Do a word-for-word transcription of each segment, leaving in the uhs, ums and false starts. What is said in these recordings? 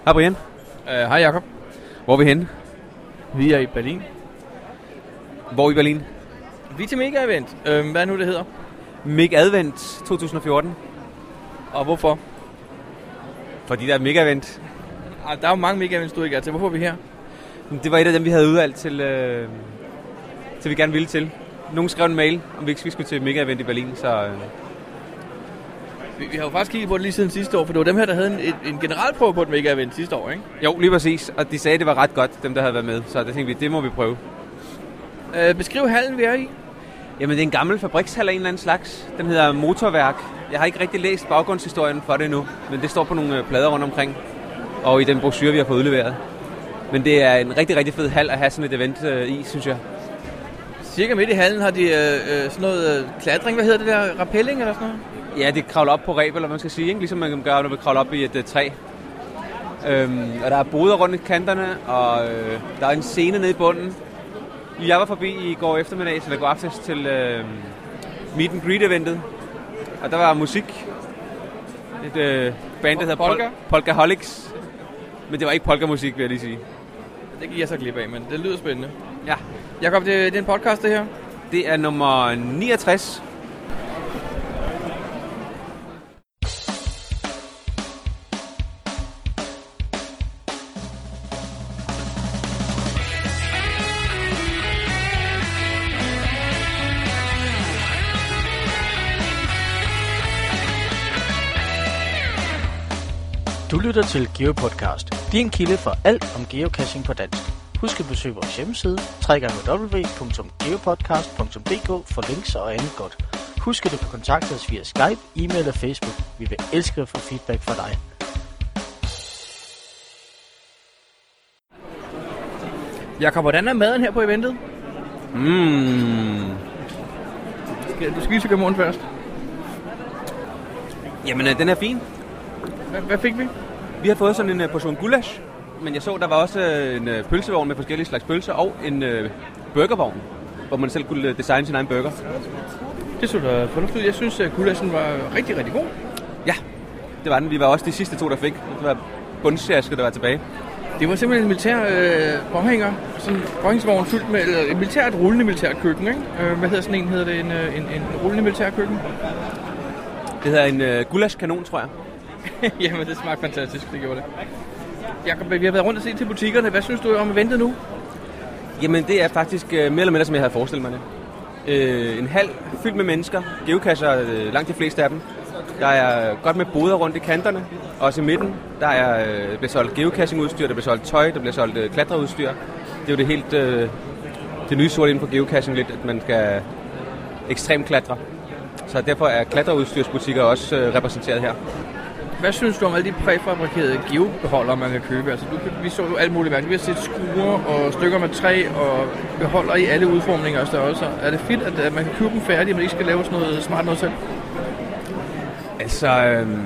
Hej Brian. Uh, hej Jacob. Hvor er vi henne? Vi er i Berlin. Hvor i Berlin? Vi er til Mega Event. Uh, hvad er nu det hedder? Mega Advent to tusind og fjorten. Og hvorfor? Fordi der er Mega Event. Ah, der er jo mange Mega Events, du ikke er til. Hvorfor er vi her? Det var et af dem, vi havde udvalgt til, øh, til vi gerne ville til. Nogen skrev en mail, om vi ikke skulle til Mega Event i Berlin, så... Øh. Vi, vi har jo faktisk kigget på det lige siden sidste år, for det var dem her, der havde en, en generalprøve på et Mega Event sidste år, ikke? Jo, lige præcis. Og de sagde, at det var ret godt, dem der havde været med. Så det tænkte vi, det må vi prøve. Uh, beskriv hallen, vi er i. Jamen, det er en gammel fabrikshal af en eller anden slags. Den hedder Motorværk. Jeg har ikke rigtig læst baggrundshistorien for det endnu, men det står på nogle plader rundt omkring. Og i den brochure, vi har fået udleveret. Men det er en rigtig, rigtig fed hal at have sådan et event øh, i, synes jeg. Cirka midt i hallen har de øh, sådan noget øh, klatring. Hvad hedder det der? Rappelling eller sådan noget? Ja, det kravler op på reb, eller hvad man skal sige, ikke? Ligesom man gør, når man kravler op i et uh, træ. Øhm, og der er boder rundt i kanterne, og øh, der er en scene nede i bunden. Jeg var forbi i går eftermiddag, eller går aftes til øh, Meet and Greet eventet. Og der var musik. Et øh, band, der hedder Polka? Pol- Polkaholics. Men det var ikke polka-musik, vil jeg lige sige. Det giver jeg så glip af, men det lyder spændende. Ja. Jakob, det, det er en podcast, det her? Det er nummer niogtres. Du lytter til GeoPodcast, din kilde for alt om geocaching på dansk. Husk at besøge vores hjemmeside, w w w punktum geopodcast punktum d k for links og andet godt. Husk at du kan kontakte os via Skype, e-mail og Facebook. Vi vil elske at få feedback fra dig. Jakob, hvordan er maden her på eventet? Mm. Skal du spise i morgen først? Jamen, øh, den er fin. Hvad, hvad fik vi? Vi har fået sådan en uh, portion gulasch, men jeg så, der var også uh, en uh, pølsevogn med forskellige slags pølser, og en uh, burgervogn, hvor man selv kunne uh, designe sin egen burger. Det så da fornuftigt. Jeg synes, at gulaschen var rigtig, rigtig god. Ja, det var den. Vi var også de sidste to, der fik. Det var bundsjaske, der var tilbage. Det var simpelthen en militær øh, påhænger, sådan en påhængsvogn fyldt med, eller et militært rullende militært køkken, ikke? Øh, hvad hedder sådan en? Hedder det en, en, en rullende militær køkken? Det hedder en uh, gulaschkanon, tror jeg. Jamen, det smagte fantastisk, det gjorde det. Jakob, vi har været rundt og set til butikkerne. Hvad synes du om eventet nu? Jamen, det er faktisk uh, mere eller mindre, som jeg havde forestillet mig det. Uh, en halv fyldt med mennesker. Geocacher, uh, langt de fleste af dem. Der er godt med boder rundt i kanterne. Også i midten. Der er, uh, bliver solgt geocachingudstyr, der bliver solgt tøj, der bliver solgt uh, klatreudstyr. Det er jo det helt uh, det nye sort inden for geocaching lidt, at man skal ekstremt klatre. Så derfor er klatreudstyrsbutikker også uh, repræsenteret her. Hvad synes du om alle de præfabrikerede geobeholdere, man kan købe? Altså, du, vi så jo alt muligt mærke. Vi har set skruer og stykker med træ og beholder i alle udformninger og størrelser. Er det fedt, at man kan købe dem færdige, men ikke skal lave sådan noget smart noget selv? Altså, øhm,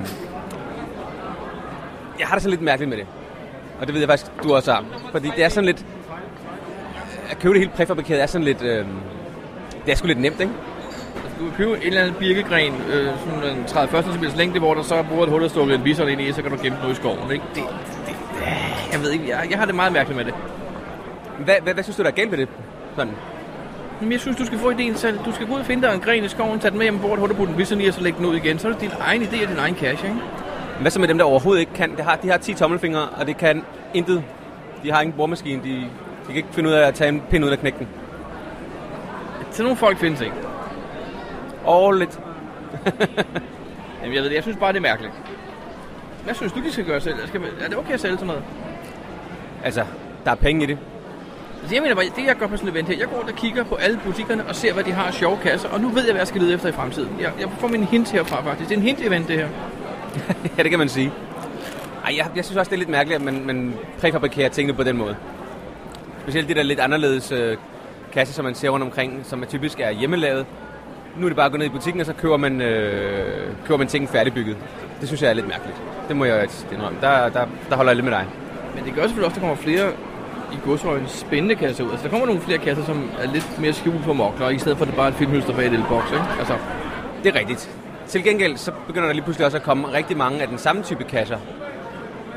jeg har det sådan lidt mærkeligt med det. Og det ved jeg faktisk, du også har. Fordi det er sådan lidt... At købe det helt præfabrikeret er sådan lidt... Øhm, det er sgu lidt nemt, ikke? Du kan købe en eller anden birkegren, øh, sådan en tredive til fyrre centimeter længde, hvor der så bruger et hul og stukket en bison ind i, så kan du gemme den ud i skoven, ikke? Det, det, det, jeg ved ikke, jeg, jeg har det meget mærkeligt med det. Hvad, hvad, hvad synes du, der er galt ved det? Sådan. Men jeg synes, du skal få idéen selv. Du skal gå ud og finde dig en gren i skoven, tage den med hjem på et hul og putte den bison i, og så lægge den ud igen. Så er det din egen idé og din egen cache, ikke? Hvad så med dem, der overhovedet ikke kan? De har, de har ti tommelfingre, og det kan intet. De har ingen boremaskine. De, de kan ikke finde ud af at tage en pind ud af knækken. Så nogle folk findes ikke. Og lidt. Jamen, jeg ved det. Jeg synes bare, det er mærkeligt. Hvad synes du, de skal gøre selv? Skal, er det okay at sælge sådan noget? Altså, der er penge i det. Altså, jeg mener bare, det jeg gør på sådan et event her, jeg går rundt og kigger på alle butikkerne og ser, hvad de har af sjove kasser, og nu ved jeg, hvad jeg skal lede efter i fremtiden. Jeg, jeg får min hint herfra, faktisk. Det er en hint-event, det her. Ja, det kan man sige. Ej, jeg, jeg synes også, det er lidt mærkeligt, at man, man præfabrikerer tingene på den måde. Specielt de der lidt anderledes øh, kasser, som man ser rundt omkring, som er typisk er hjemmelavet. Nu er det bare at gå ned i butikken, og så køber man, øh, køber man ting færdigbygget. Det synes jeg er lidt mærkeligt. Det må jeg indrømme. Der, der, der holder jeg lidt med dig. Men det gør selvfølgelig også, at der kommer flere i godsøjne spændende kasser ud. Altså, der kommer nogle flere kasser, som er lidt mere skjult for mokler, i stedet for, at det bare er et filmhylster bag et lille boks, ikke? Altså. Det er rigtigt. Til gengæld, så begynder der lige pludselig også at komme rigtig mange af den samme type kasser.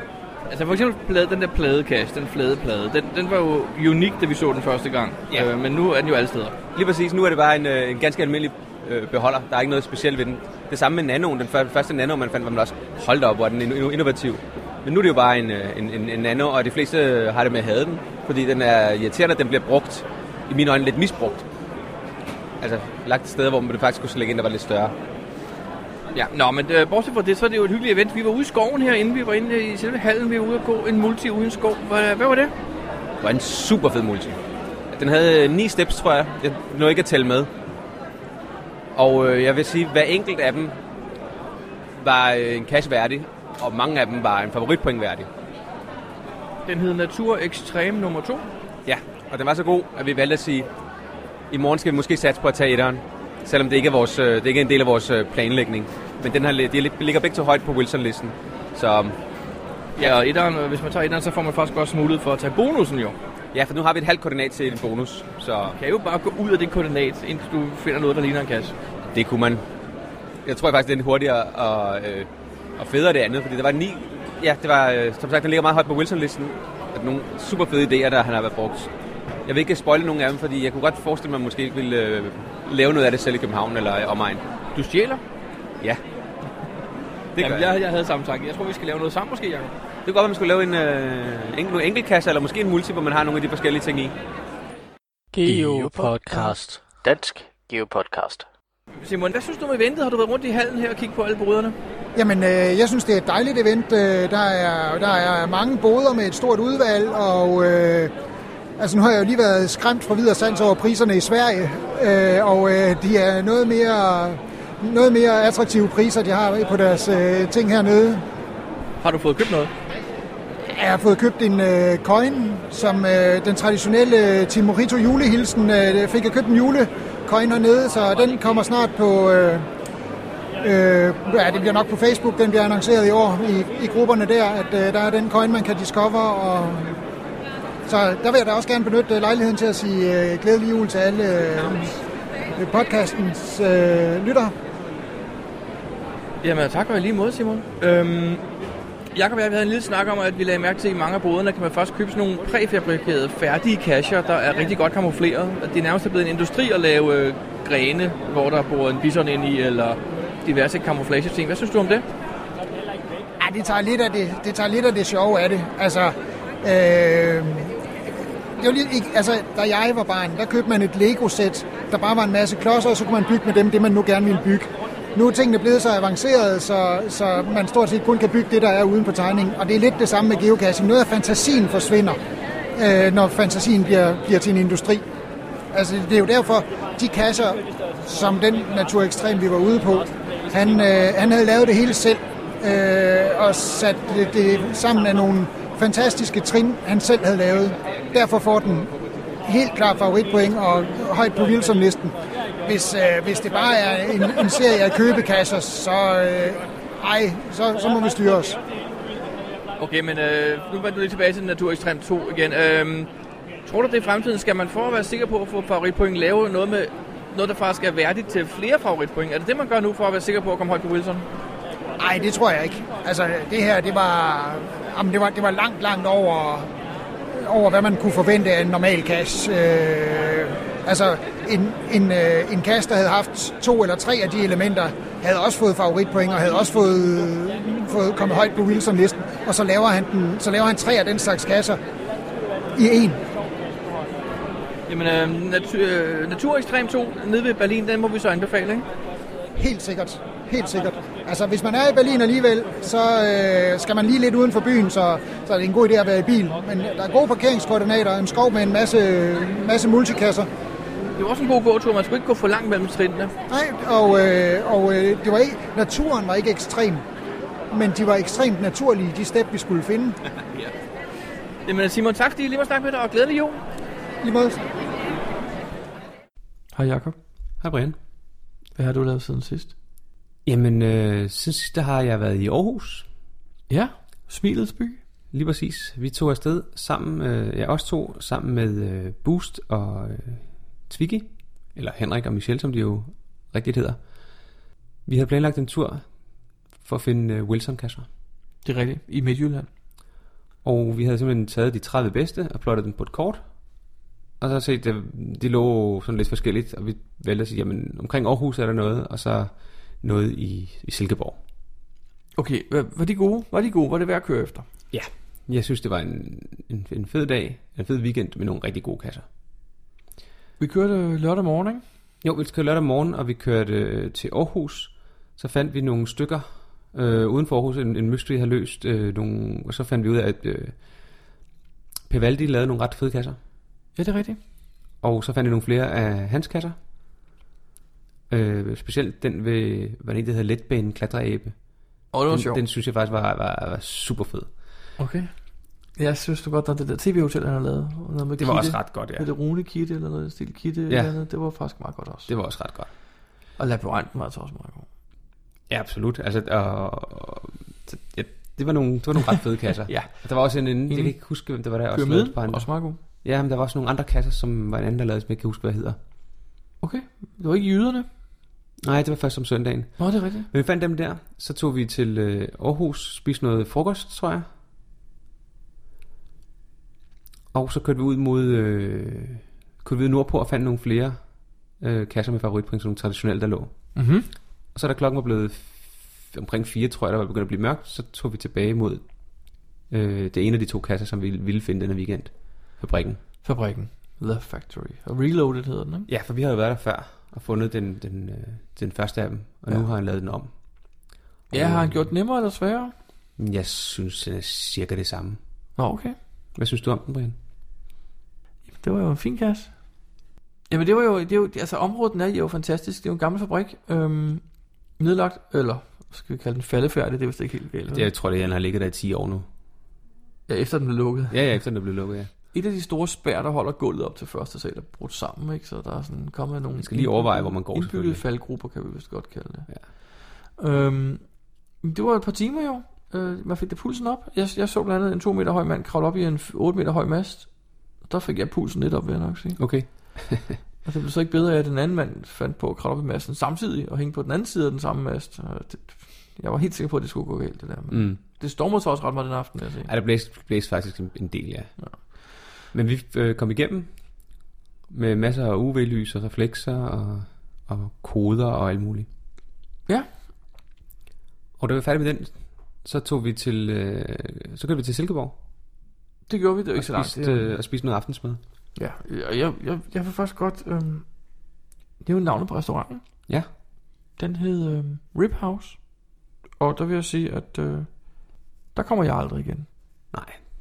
Altså for eksempel plade, den der pladekasse, den flade plade, den, den var jo unik, da vi så den første gang. Ja. Øh, men nu er den jo alle steder. Lige præcis, nu er det bare en, en ganske almindelig øh, beholder. Der er ikke noget specielt ved den. Det samme med nanoen. Den første nano, man fandt, var man også holdt op, hvor den er innovativ. Men nu er det jo bare en, en, en, en nano, og de fleste har det med at have den, fordi den er irriterende, at den bliver brugt, i mine øjne lidt misbrugt. Altså lagt et sted, hvor man det faktisk kunne lægge ind, der var lidt større. Ja, nå, men øh, bortset fra det, så er det jo et hyggeligt event. Vi var ude i skoven herinde, vi var inde i selve hallen, vi var ude at gå en multi uden skov. Hvad, hvad var det? Det var en super fed multi. Den havde ni steps, tror jeg. Jeg nåede ikke at tælle med. Og øh, jeg vil sige, at hver enkelt af dem var en cash værdig, og mange af dem var en favoritpoint værdig. Den hed Natur Extreme nummer to. Ja, og den var så god, at vi valgte at sige, i morgen skal vi måske satse på at tage etteren, selvom det ikke er, vores, det ikke er en del af vores planlægning. Men den her, de ligger begge så højt på Wilson-listen. Så ja, og etteren, hvis man tager etteren, så får man faktisk også mulighed for at tage bonusen jo. Ja, for nu har vi et halvt koordinat til en bonus. Så kan jo bare gå ud af det koordinat, indtil du finder noget, der ligner en kasse. Det kunne man. Jeg tror faktisk, det er hurtigere og, øh, og federe det andet, fordi der var ni. Ja, det var, øh, som sagt, den ligger meget højt på Wilson-listen. Der er nogle super fede idéer, der han har været brugt. Jeg vil ikke spoile nogen af dem, fordi jeg kunne godt forestille mig, at man måske ikke ville øh, lave noget af det selv i København eller omegn. Du stjæler? Ja. Det Jamen, jeg, jeg havde samme tanke. Jeg tror, vi skal lave noget sammen måske, Jacob. Det kunne godt være, at man skulle lave en øh, enkelt, enkeltkasse, eller måske en multi, hvor man har nogle af de forskellige ting i. GeoPodcast. Dansk GeoPodcast. Simon, hvad synes du om eventet? Har du været rundt i hallen her og kigget på alle boderne? Jamen, øh, jeg synes, det er et dejligt event. Der er, der er mange boder med et stort udvalg, og øh, altså, nu har jeg jo lige været skræmt fra videre sans over priserne i Sverige, øh, og øh, de er noget mere, noget mere attraktive priser, de har på deres øh, ting hernede. Har du fået købt noget? Jeg har fået købt en øh, coin, som øh, den traditionelle Timorito julehilsen. Øh, fik jeg købt en julecoin hernede, så den kommer snart på... Øh, øh, ja, det bliver nok på Facebook, den bliver annonceret i år i, i grupperne der, at øh, der er den coin, man kan discover. Og så der vil jeg da også gerne benytte lejligheden til at sige øh, glædelig jul til alle øh, podcastens øh, lyttere. Jamen tak og i lige måde, Simon. Øhm, Jakob og jeg havde en lille snak om, at vi lagde mærke til, at i mange af boderne kan man først købe sådan nogle præfabrikerede, færdige kasser, der er rigtig godt kamufleret. Det er nærmest blevet en industri at lave øh, grene, hvor der bor en bison ind i, eller diverse camouflage-ting. Hvad synes du om det? Ja, det tager lidt af det, det, tager lidt af det sjove af det. Altså, øh, det var lidt, ikke, altså, da jeg var barn, der købte man et Lego-sæt, der bare var en masse klodser, og så kunne man bygge med dem, det man nu gerne ville bygge. Nu er tingene blevet så avanceret, så, så man stort set kun kan bygge det, der er uden på tegningen. Og det er lidt det samme med geocaching. Noget af fantasien forsvinder, øh, når fantasien bliver, bliver til en industri. Altså, det er jo derfor, de kasser, som den Natur Extreme, vi var ude på, han, øh, han havde lavet det hele selv, øh, og sat det, det sammen af nogle fantastiske trin, han selv havde lavet. Derfor får den helt klart favoritpoint og højt på Wilson-listen. Hvis, øh, hvis det bare er en, en serie af købekasser, så, øh, ej, så, så må vi styre os. Okay, men øh, nu var du lige tilbage til Natur Extreme to igen. Øh, tror du, det i fremtiden skal man for at være sikker på at få favoritpoint lave noget, med, noget der faktisk er værdigt til flere favoritpoint? Er det det, man gør nu for at være sikker på at komme højt på Wilson? Nej, det tror jeg ikke. Altså, det her, det var, jamen, det var, det var langt, langt over, over, hvad man kunne forvente af en normal cache. Øh, altså, en, en, øh, en cache, der havde haft to eller tre af de elementer, havde også fået favoritpoint, og havde også fået, fået kommet højt på Wilson-listen. Og så laver han, den, så laver han tre af den slags kasser i en. Jamen, øh, Natur, øh, Natur Extreme to nede ved Berlin, den må vi så anbefale, ikke? Helt sikkert. Helt sikkert. Altså, hvis man er i Berlin alligevel, så øh, skal man lige lidt uden for byen, så, så er det en god idé at være i bil. Men der er gode parkeringskoordinater, en skov med en masse, masse multikasser. Det var også en god gåtur, man skulle ikke gå for langt mellem trinene. Nej, og, øh, og øh, det var ikke, naturen var ikke ekstrem, men de var ekstremt naturlige, de step, vi skulle finde. Ja. Jamen Simon, tak fordi I lige var snakke med dig, og glædelig jul. Lige måde. Hej Jakob. Hej Brian. Hvad har du lavet siden sidst? Jamen, øh, siden sidst der har jeg været i Aarhus. Ja, Smilets by. Lige præcis. Vi tog afsted sammen, øh, ja, os to, sammen med øh, Boost og øh, Twiggy, eller Henrik og Michelle, som de jo rigtigt hedder. Vi havde planlagt en tur for at finde øh, Wilson-kasser. Det er rigtigt, i Midtjylland. Og vi havde simpelthen taget de tredive bedste og plottet dem på et kort. Og så set, at de lå sådan lidt forskelligt, og vi valgte at sige, jamen omkring Aarhus er der noget, og så noget i, i Silkeborg. Okay, var, var de gode? Var de gode? Var det værd at køre efter? Ja, jeg synes, det var en, en, en fed dag, en fed weekend med nogle rigtig gode kasser. Vi kørte lørdag morgen, ikke? Jo, vi kørte lørdag morgen, og vi kørte til Aarhus. Så fandt vi nogle stykker øh, uden for Aarhus, en, en mystery har løst øh, nogle, og så fandt vi ud af, at øh, Pevaldi lavede nogle ret fede kasser. Ja, det er rigtigt. Og så fandt jeg nogle flere af hans kasser. Øh, specielt den ved, hvad det, der hedder Letbanen Klatreabe. Og det var den, sjovt. Den synes jeg faktisk var, var, var super fed. Okay. Jeg synes du godt, at det der tv-hotel, han har lavet. Noget med det var Kitte, også ret godt, ja. Med det Rune Kitte, eller noget stil Kitte, ja. eller andet. Det var faktisk meget godt også. Det var også ret godt. Og Labyrinten var altså også meget god. Ja, absolut. Altså, og, og, ja, det var nogle, det var nogle ret fede kasser. Ja. Der var også en anden, jeg kan ikke huske, hvem det var der. Også Pyramiden, også, også meget god. Ja, men der var også nogle andre kasser, som var en anden, der lavede, som jeg ikke kan huske, hvad hedder. Okay, det var ikke jyderne? Nej, det var først om søndagen. Nå, det er rigtigt. Men vi fandt dem der, så tog vi til øh, Aarhus, spiste noget frokost, tror jeg. Og så kørte vi ud mod, øh, kørte vi ud nordpå og fandt nogle flere øh, kasser med favoritpoint, sådan nogle traditionelle, der lå. Mhm. Og så da klokken var blevet f- omkring fire, tror jeg, der var begyndt at blive mørkt, så tog vi tilbage mod øh, det ene af de to kasser, som vi ville finde denne weekend. Fabrikken. Fabrikken. The Factory. Og Reloaded hedder den, ikke? Ja, for vi havde jo været der før og fundet den, den, øh, den første af dem, og ja. Nu har han lavet den om. Ja, og, har han gjort det nemmere eller sværere? Jeg synes det er cirka det samme. Nå, okay. Hvad synes du om den, Brian? Jamen, det var jo en fin kasse. Jamen, det var jo, det er jo altså området er jo fantastisk. Det er jo en gammel fabrik. Øhm, nedlagt, eller skal vi kalde den faldefærdig, det er vist ikke helt galt. Det, jeg tror, det er, han har ligget der i ti år nu. Ja, efter den blev lukket. Ja, ja, efter den blev lukket, ja. Et af de store spær, der holder gulvet op til første sal, er brudt sammen, ikke? Så der er sådan kommet nogle... Man skal lige overveje, hvor man går, indbyggede faldgrupper, kan vi vist godt kalde det. Ja. Øhm, det var et par timer jo. Øh, man fik det pulsen op. Jeg, jeg så blandt andet en to meter høj mand kravle op i en otte meter høj mast. Der fik jeg pulsen lidt op, vil jeg nok sige. Okay. Og det blev så ikke bedre af, at den anden mand fandt på at kravle op i masten samtidig og hænge på den anden side af den samme mast. Det, jeg var helt sikker på, at det skulle gå galt, det der. Men Mm. det stormede så også ret meget den aften, jeg Ja, der blæste, blæste faktisk en, en del, ja. Ja. Men vi øh, kom igennem med masser af U V-lys og reflekser og, og koder og alt muligt. Ja. Og da vi var færdige med den, så tog vi til, øh, så kørte vi til Silkeborg. Det gjorde vi, det var og ikke så langt. spiste, øh, og spiste noget aftensmad. Ja, jeg, jeg, jeg, jeg vil faktisk godt... Øhm, det er jo navnet på restauranten. Ja. Den hed øhm, Rib House. Og der vil jeg sige, at øh, der kommer jeg aldrig igen. Nej,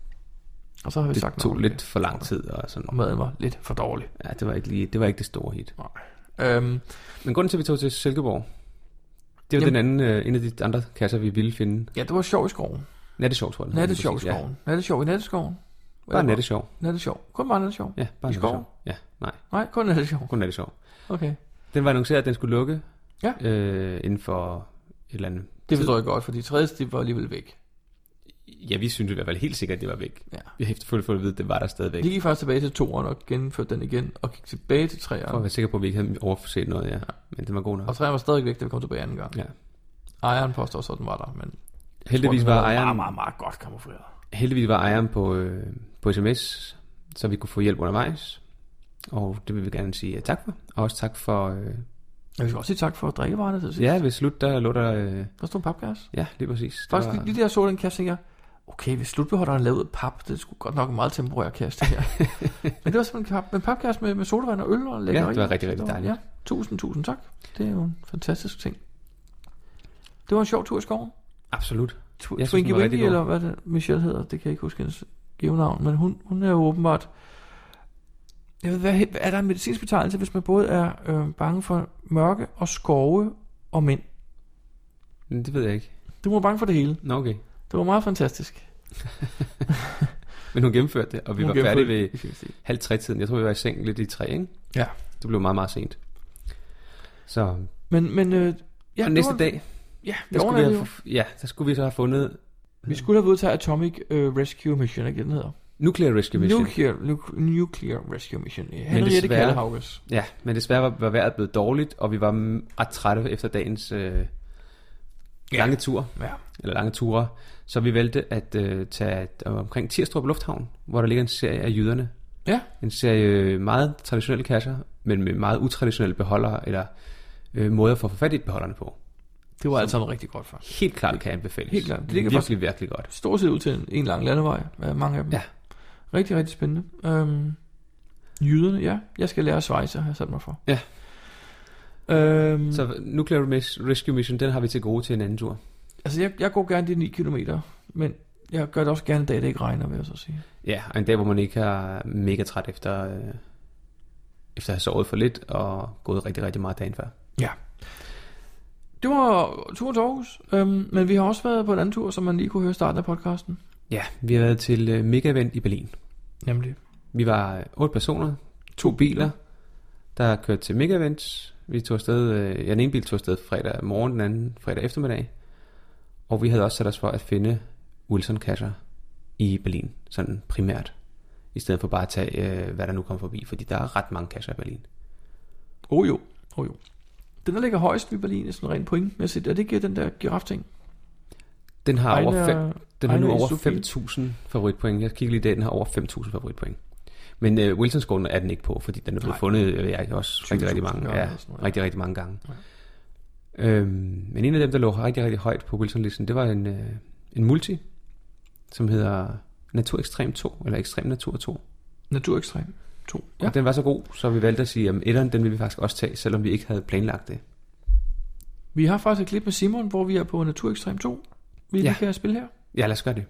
Og så har vi det sagt tog nok om lidt det. for lang tid og sådan. Og maden var lidt for dårlig. Ja, det var ikke lige, det var ikke det store hit. Øhm, Men grunden til, at vi tog til Silkeborg, det var Jamen- den anden, øh, en af de andre kasser, vi ville finde. ja, det var sjov i skoven. Nattesjov, tror jeg. den hed. Nattesjov i Ja. skoven. Nattesjov i natteskoven. Bare nattesjov. Nattesjov. Kun bare nattesjov. Ja, bare I nattesjov. skoven? Ja, nej, Nej, kun nattesjov. kun nattesjov. Okay. Den var annonceret, at den skulle lukke Ja. øh, inden for et eller andet. Det forstår jeg godt, fordi tredje stip var alligevel væk. Ja, vi synes i hvert fald helt sikkert, at det var væk. Ja. Vi har efterfølgende fået at vide, at det var der stadigvæk. Vi gik faktisk tilbage til toeren og gennemførte den igen, og gik tilbage til For at treeren. være sikker på, at vi ikke havde overset noget, ja. Men den var god nok. Og treeren var stadig væk, da vi kom tilbage anden gang. Ja. Ejeren påstår så, at den var der, men Heldigvis jeg tror, den var var ejeren, meget, meget, meget godt kamufleret. heldigvis var ejeren på, øh, på sms, så vi kunne få hjælp undervejs. Og det vil vi gerne sige tak for. Og også tak for... Øh, Jeg vil også sige tak for drikkevarerne til sidst. ja, ved slut, der lå der... Øh, Der stod en papkasse. ja, lige præcis. Det Faktisk var- lige, lige da jeg så den kasse, tænkte jeg, okay, hvis slutbeholderen er lavet af pap, det skulle godt nok en meget temporær kasse, det her. Men det var simpelthen en, pap, en papkasse med, med sodavand og øl og lækkeri. Ja, det var rigtig, rigtig Så dejligt. Ja, tusind, tusind tak. Det er jo en fantastisk ting. Det var en sjov tur i skoven. Absolut. Tw- Jeg synes, Twinkie den var rigtig Winkie, god. eller hvad det Michelle hedder, det kan jeg ikke huske hendes givenavn, men hun, hun er jo åbenbart... Jeg ved, hvad, er der en medicinsk betegnelse, hvis man både er øh, bange for mørke og skove og mænd? Men det ved jeg ikke. Du var bange for det hele. Nå, okay. Det var meget fantastisk. Men hun gennemførte det, og vi Hun var færdige gennemførte ved det i fin stil. halv tre-tiden. Jeg tror, vi var i seng lidt i tre, ikke? Ja. Det blev meget, meget sent. Så Men, men øh, ja, og næste det var, dag, ja, der det skulle, vi vi, have, ja, der skulle vi så have fundet vi skulle have udtaget Atomic uh, Rescue Mission, ikke den hedder? Nuclear Rescue Mission. Nuclear, nu- nuclear Rescue Mission. Henriette desværre- Kallehaugers. Ja, men desværre var, var vejret blevet dårligt, og vi var mm, ret trætte efter dagens øh, lange tur, Ja. eller lange ture. Så vi valgte at øh, tage omkring Tirstrup Lufthavn, hvor der ligger en serie af jyderne. Ja. En serie meget traditionelle kasser, men med meget utraditionelle beholdere, eller øh, måder for at få fat i beholderne på. Det var altså rigtig godt for. Helt klart kan anbefales. Helt klart. Det Det ligger virkelig, faktisk virkelig godt. stort set ud til en, en lang landevej, mange af dem. Ja. Rigtig, rigtig spændende. Øhm, jyderne, ja. Jeg skal lære at svejse, har jeg sat mig for. Ja. Øhm, Så Nuclear Rescue Mission, den har vi til gode til en anden tur. altså, jeg, jeg går gerne de ni kilometer, men jeg gør det også gerne en dag, det ikke regner, vil jeg så sige. Ja, og en dag, hvor man ikke er mega træt efter, øh, efter at have sovet for lidt og gået rigtig, rigtig meget dagen før. Ja. Det var tur til Aarhus, øhm, men vi har også været på en anden tur, som man lige kunne høre i starten af podcasten. Ja, vi har været til øh, mega-event i Berlin. Nemlig. Vi var otte personer, to biler, der kørte til mega-events. Vi tog afsted, øh, ja, den ene bil tog afsted fredag morgen, den anden fredag eftermiddag. Og vi havde også sat os for at finde Wilson-kasser i Berlin, sådan primært. I stedet for bare at tage, øh, hvad der nu kommer forbi, fordi der er ret mange kasser i Berlin. Oh jo, oh jo. Den der ligger højst i Berlin er sådan rent pointmæssigt. Er det ikke den der giraf-ting? Den har Ejner- over fem, den har nu Ejner over Sofie. fem tusind favoritpoint. Jeg kigger lige i dag, den har over fem tusind favoritpoint. Men øh, Wilson-skolen er den ikke på, fordi den er blevet Nej. fundet øh, jeg, også rigtig, rigtig mange, gange ja, eller sådan noget, ja. rigtig, rigtig mange gange. Øhm, men en af dem, der lå rigtig, rigtig højt på Wilson-listen, det var en, øh, en multi, som hedder Natur Extrem to, eller Extrem Natur to. Naturekstrem to. Ja. Og den var så god, så vi valgte at sige, at etteren, den ville vi faktisk også tage, selvom vi ikke havde planlagt det. Vi har faktisk et klip med Simon, hvor vi er på Naturekstrem to. Vi Ja. lige kan spille her. Ja, lad os gøre det.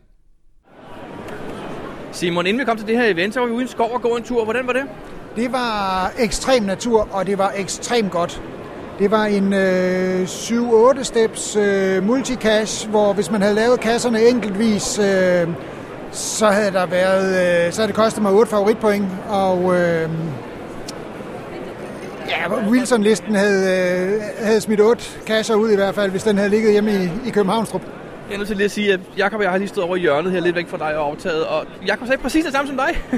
Simon, inden vi kom til det her event, så var vi ude i en skov og gå en tur. Hvordan var det? Det var ekstrem natur, og det var ekstremt godt. Det var en øh, syv otte steps øh, multicache, hvor hvis man havde lavet kasserne enkeltvis, øh, så havde der været, øh, så havde det kostet mig otte favoritpoint, og øh, ja, Wilson-listen havde, øh, havde smidt otte kasser ud i hvert fald, hvis den havde ligget hjemme i, i Københavnstrup. Jeg er nødt til lige at sige, at Jakob og jeg har lige stået over i hjørnet her, lidt væk fra dig og optaget, og Jakob sagde præcis det samme som dig.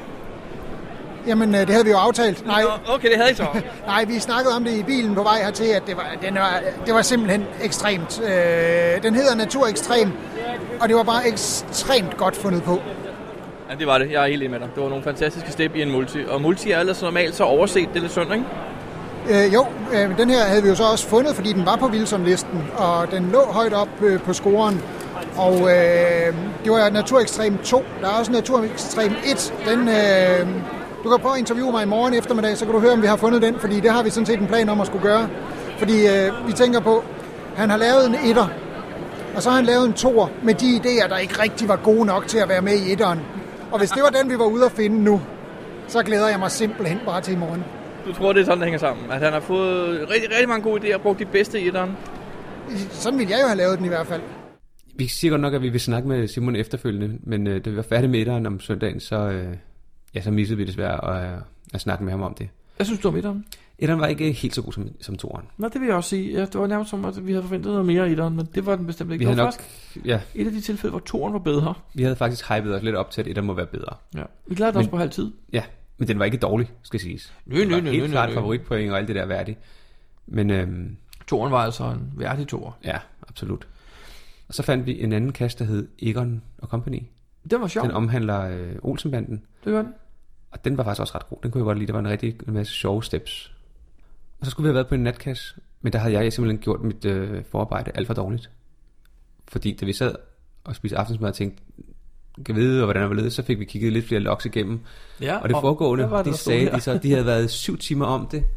Jamen, øh, det havde vi jo aftalt. Nej, Nå, okay, det havde I så. nej, vi snakkede om det i bilen på vej hertil, at det var, den var, det var simpelthen ekstremt. Øh, den hedder Natur Ekstrem, og det var bare ekstremt godt fundet på. Ja, det var det. Jeg er helt enig med dig. Det var nogle fantastiske step i en multi. Og multi er ellers normalt så overset. Det er lidt synd, ikke? Øh, jo, øh, den her havde vi jo så også fundet, fordi den var på Wilson-listen, og den lå højt op øh, på scoren. Og øh, det var Natur Ekstrem to. Der er også Natur Ekstrem et. Den, øh, du kan prøve at interviewe mig i morgen eftermiddag, så kan du høre, om vi har fundet den, fordi det har vi sådan set en plan om at skulle gøre. Fordi øh, vi tænker på, han har lavet en etter, og så har han lavet en toer med de idéer, der ikke rigtig var gode nok til at være med i etteren. Og hvis det var den, vi var ude at finde nu, så glæder jeg mig simpelthen bare til i morgen. Du tror, det er sådan, det hænger sammen? At han har fået rigtig, rigtig mange gode idéer og brugt de bedste i etteren? Sådan ville jeg jo have lavet den i hvert fald. Vi siger godt nok, at vi vil snakke med Simon efterfølgende, men øh, da vi var færdige med etteren om søndagen, så, øh, ja, så missede vi desværre at, øh, at snakke med ham om det. Hvad synes du om etteren? Etteren var ikke helt så god som, som toeren. Nå, det vil jeg også sige. Ja, det var nærmest som, at vi havde forventet noget mere i etteren, men det var den bestemt ikke. Vi Det havde var nok, faktisk ja, et af de tilfælde, hvor toeren var bedre. vi havde faktisk hypet os lidt op til, at etteren må være bedre. Ja. Vi glæder Men- os på halv tid. Ja, men den var ikke dårlig, skal siges. Nø, Det nø, var nø, helt nø, klart nø. favoritpoint og alt det der værdigt. Men øhm, Toeren var altså en værdig toer. ja, absolut. Og så fandt vi en anden kasse, der hed Egon og Company. Den var sjov. Den omhandler øh, Olsenbanden. Det gør den. Og den var faktisk også ret god. Den kunne jeg godt lide. Der var en rigtig en masse sjove steps. Og så skulle vi have været på en natkasse. Men der havde jeg simpelthen gjort mit øh, forarbejde alt for dårligt. Fordi da vi sad og spiste aftensmad og tænkte, kan vide, hvordan det var ledet, så fik vi kigget lidt flere logs igennem. Ja, Og det foregående, hvad var det, de der stod sagde, her? de, så, de havde været syv timer om det.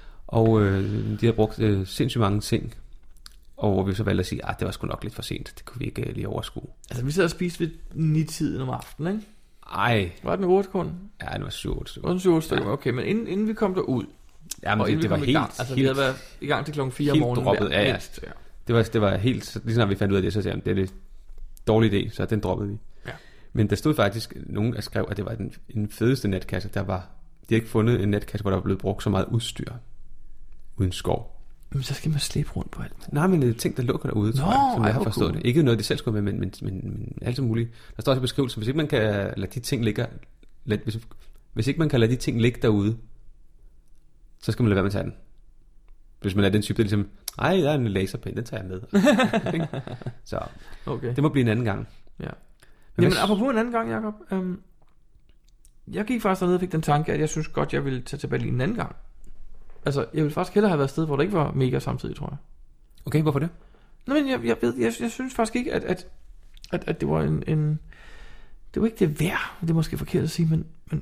Og øh, de havde brugt øh, sindssygt mange ting. Og hvor vi så valgte at sige, at det var sgu nok lidt for sent. Det kunne vi ikke øh, lige overskue. Altså, vi sad og spiste ved ni-tiden om aftenen, ikke? Ej, Var det med otte kun? ja, det var syv otte stykker. otte syv stykker, okay. Men inden, inden vi kom derud, Jamen, og det, inden det vi var kom i helt, gang, altså vi helt, havde været i gang til klokken fire om helt morgenen. droppet, hver- ja, ja. mindst, ja. det var, det var helt, så lige snart vi fandt ud af det, så sagde jeg, det er en dårlig idé, så den droppede vi. Ja. Men der stod faktisk nogen, der skrev, at det var den, den fedeste netkasse, der var. De har ikke fundet en netkasse, hvor der var blevet brugt så meget udstyr uden skov. Men så skal man slæbe rundt på alt. Nej, men det er ting, der lukker derude, tror Nå, jeg, som ej, jeg har hvor forstået cool. det. Ikke noget, de selv skulle med, men, men, men, men alt så muligt. Der står også i beskrivelsen, hvis ikke man kan lade de ting ligge, lad, hvis, hvis ikke man kan lade de ting ligge derude, så skal man lade være med at tage den. Hvis man er den type, der ligesom, ej, der er en laserpen, den tager jeg med. Så Okay. det må blive en anden gang. Ja. Jamen, Jamen apropos en anden gang, Jacob. Øhm, jeg gik faktisk dernede og fik den tanke, at jeg synes godt, jeg ville tage til Berlin en anden gang. Altså, jeg ville faktisk hellere have været et sted, hvor der ikke var mega samtidig, tror jeg. Okay, hvorfor det? Nå, men jeg, jeg, ved, jeg, jeg synes faktisk ikke, at, at, at, at det var en, en... Det var ikke det værd, det er måske forkert at sige, men... men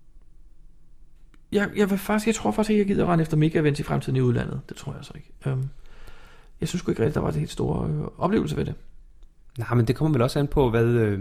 jeg, jeg, vil faktisk, jeg tror faktisk ikke, jeg gider rende efter mega-events i fremtiden i udlandet. Det tror jeg så ikke. Um, jeg synes sgu ikke rigtigt, der var det helt store øh, oplevelse ved det. Nej, men det kommer vel også an på, hvad, øh,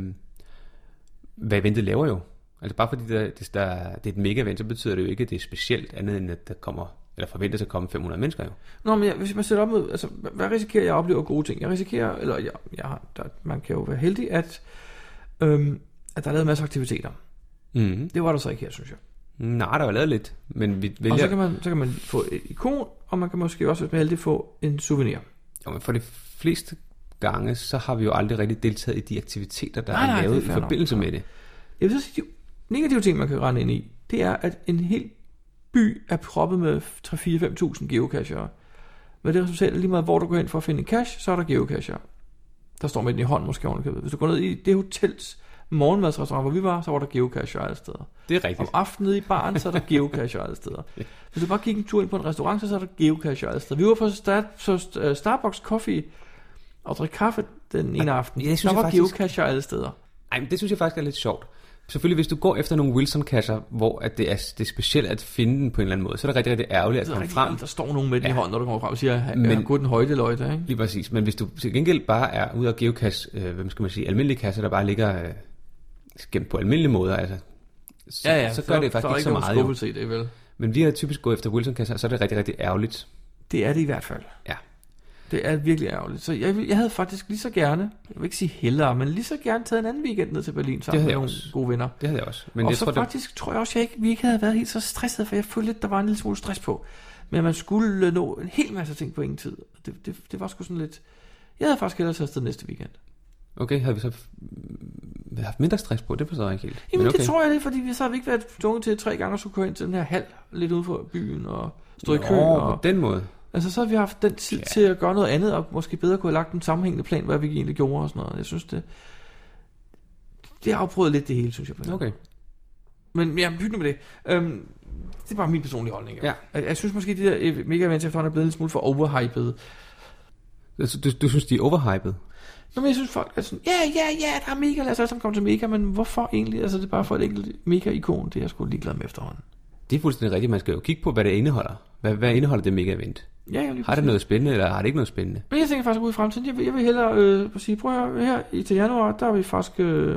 hvad eventet laver jo. Altså bare fordi der, det, der, det er et mega-event, så betyder det jo ikke, at det er specielt andet, end at der kommer, eller forventes at komme fem hundrede mennesker jo. Nå, men jeg, hvis man sætter op med, altså, hvad risikerer jeg at opleve gode ting? Jeg risikerer, eller jeg, jeg har, der, man kan jo være heldig, at, øhm, at der er lavet en masse aktiviteter. Mm-hmm. Det var der så ikke her, synes jeg. Nej, der var lavet lidt, men vi vælger... Og så kan, man, så kan man få et ikon, og man kan måske også, hvis man er heldig, få en souvenir. Jo, men for de fleste gange, så har vi jo aldrig rigtig deltaget i de aktiviteter, der nej, er nej, lavet er i forbindelse nok. med det. Jeg vil så sige, de negative ting, man kan rende ind i, det er, at en hel by er proppet med tre fire fem tusind geocacher. Med det resultat, lige meget hvor du går hen for at finde en cache, så er der geocacher. Der står med den i hånden måske ovenikøbet. Hvis du går ned i det hotels morgenmadsrestaurant, hvor vi var, så var der geocacher alle steder. Det er rigtigt. Om aftenen nede i baren, så er der geocacher alle steder. Hvis du bare gik en tur ind på en restaurant, så er der geocacher alle steder. Vi var på start, så Starbucks Coffee og drikke kaffe den ene aften. Ja, der var faktisk... geocacher alle steder. Ej, men det synes jeg faktisk er lidt sjovt. Selvfølgelig, hvis du går efter nogle Wilson-kasser, hvor at det, er, det er specielt at finde den på en eller anden måde, så er det rigtig, rigtig ærgerligt at komme frem. Der står nogen med den ja. i hånden, når du kommer frem og siger, at men, jeg har gået en højdeløjte, ikke? Lige præcis. Men hvis du til gengæld bare er ude og geocache, øh, hvem skal man sige, almindelige kasser, der bare ligger øh, gemt på almindelige måder, altså, så, ja, ja, så gør der, det faktisk ikke så meget. Jo. I det, vel? Men vi har typisk gået efter Wilson-kasser, så er det rigtig, rigtig ærgerligt. Det er det i hvert fald. Ja. Det er virkelig ærgerligt. Så jeg, jeg havde faktisk lige så gerne, jeg vil ikke sige hellere, men lige så gerne taget en anden weekend ned til Berlin sammen med nogle også. gode venner. Det havde jeg også. Men og jeg så tror, faktisk det... tror jeg også, at vi ikke havde været helt så stresset, for jeg følte lidt, der var en lille smule stress på. Men at man skulle nå en hel masse ting på ingen tid. Det, det, det var sgu sådan lidt... Jeg havde faktisk hellere taget afsted næste weekend. Okay, havde vi så haft mindre stress på? Det forstår jeg ikke helt. Jamen okay. det tror jeg lidt, fordi vi så har vi ikke været tvunget til tre gange at skulle gå ind til den her hal, lidt ude for byen og stå i kø. Og... på den måde. Altså så har vi haft den tid ja. til at gøre noget andet, og måske bedre kunne have lagt en sammenhængende plan, hvad vi egentlig gjorde og sådan noget. Jeg synes det... Det har afprøvet lidt det hele, synes jeg. Okay. Men ja, pyt nu med det. Øhm, det er bare min personlige holdning. Ja. Jeg, jeg synes måske, at de der mega-events efterhånden er blevet en lille smule for overhypet. Altså, du, du synes, de er overhypet? Nå, men jeg synes folk er sådan, ja, ja, ja, der er mega, lad os alle sammen komme til mega, men hvorfor egentlig? Altså det er bare for et enkelt mega-ikon, det er jeg sgu ligeglad med efterhånden. Det er fuldstændig rigtigt, man skal jo kigge på, hvad det indeholder. Hvad, hvad indeholder det mega-event? Ja, ja, har det noget spændende, eller har det ikke noget spændende? Men jeg tænker faktisk ud i fremtiden, jeg vil, jeg vil hellere øh, sige, prøv at høre, her i til januar, der er vi faktisk, øh,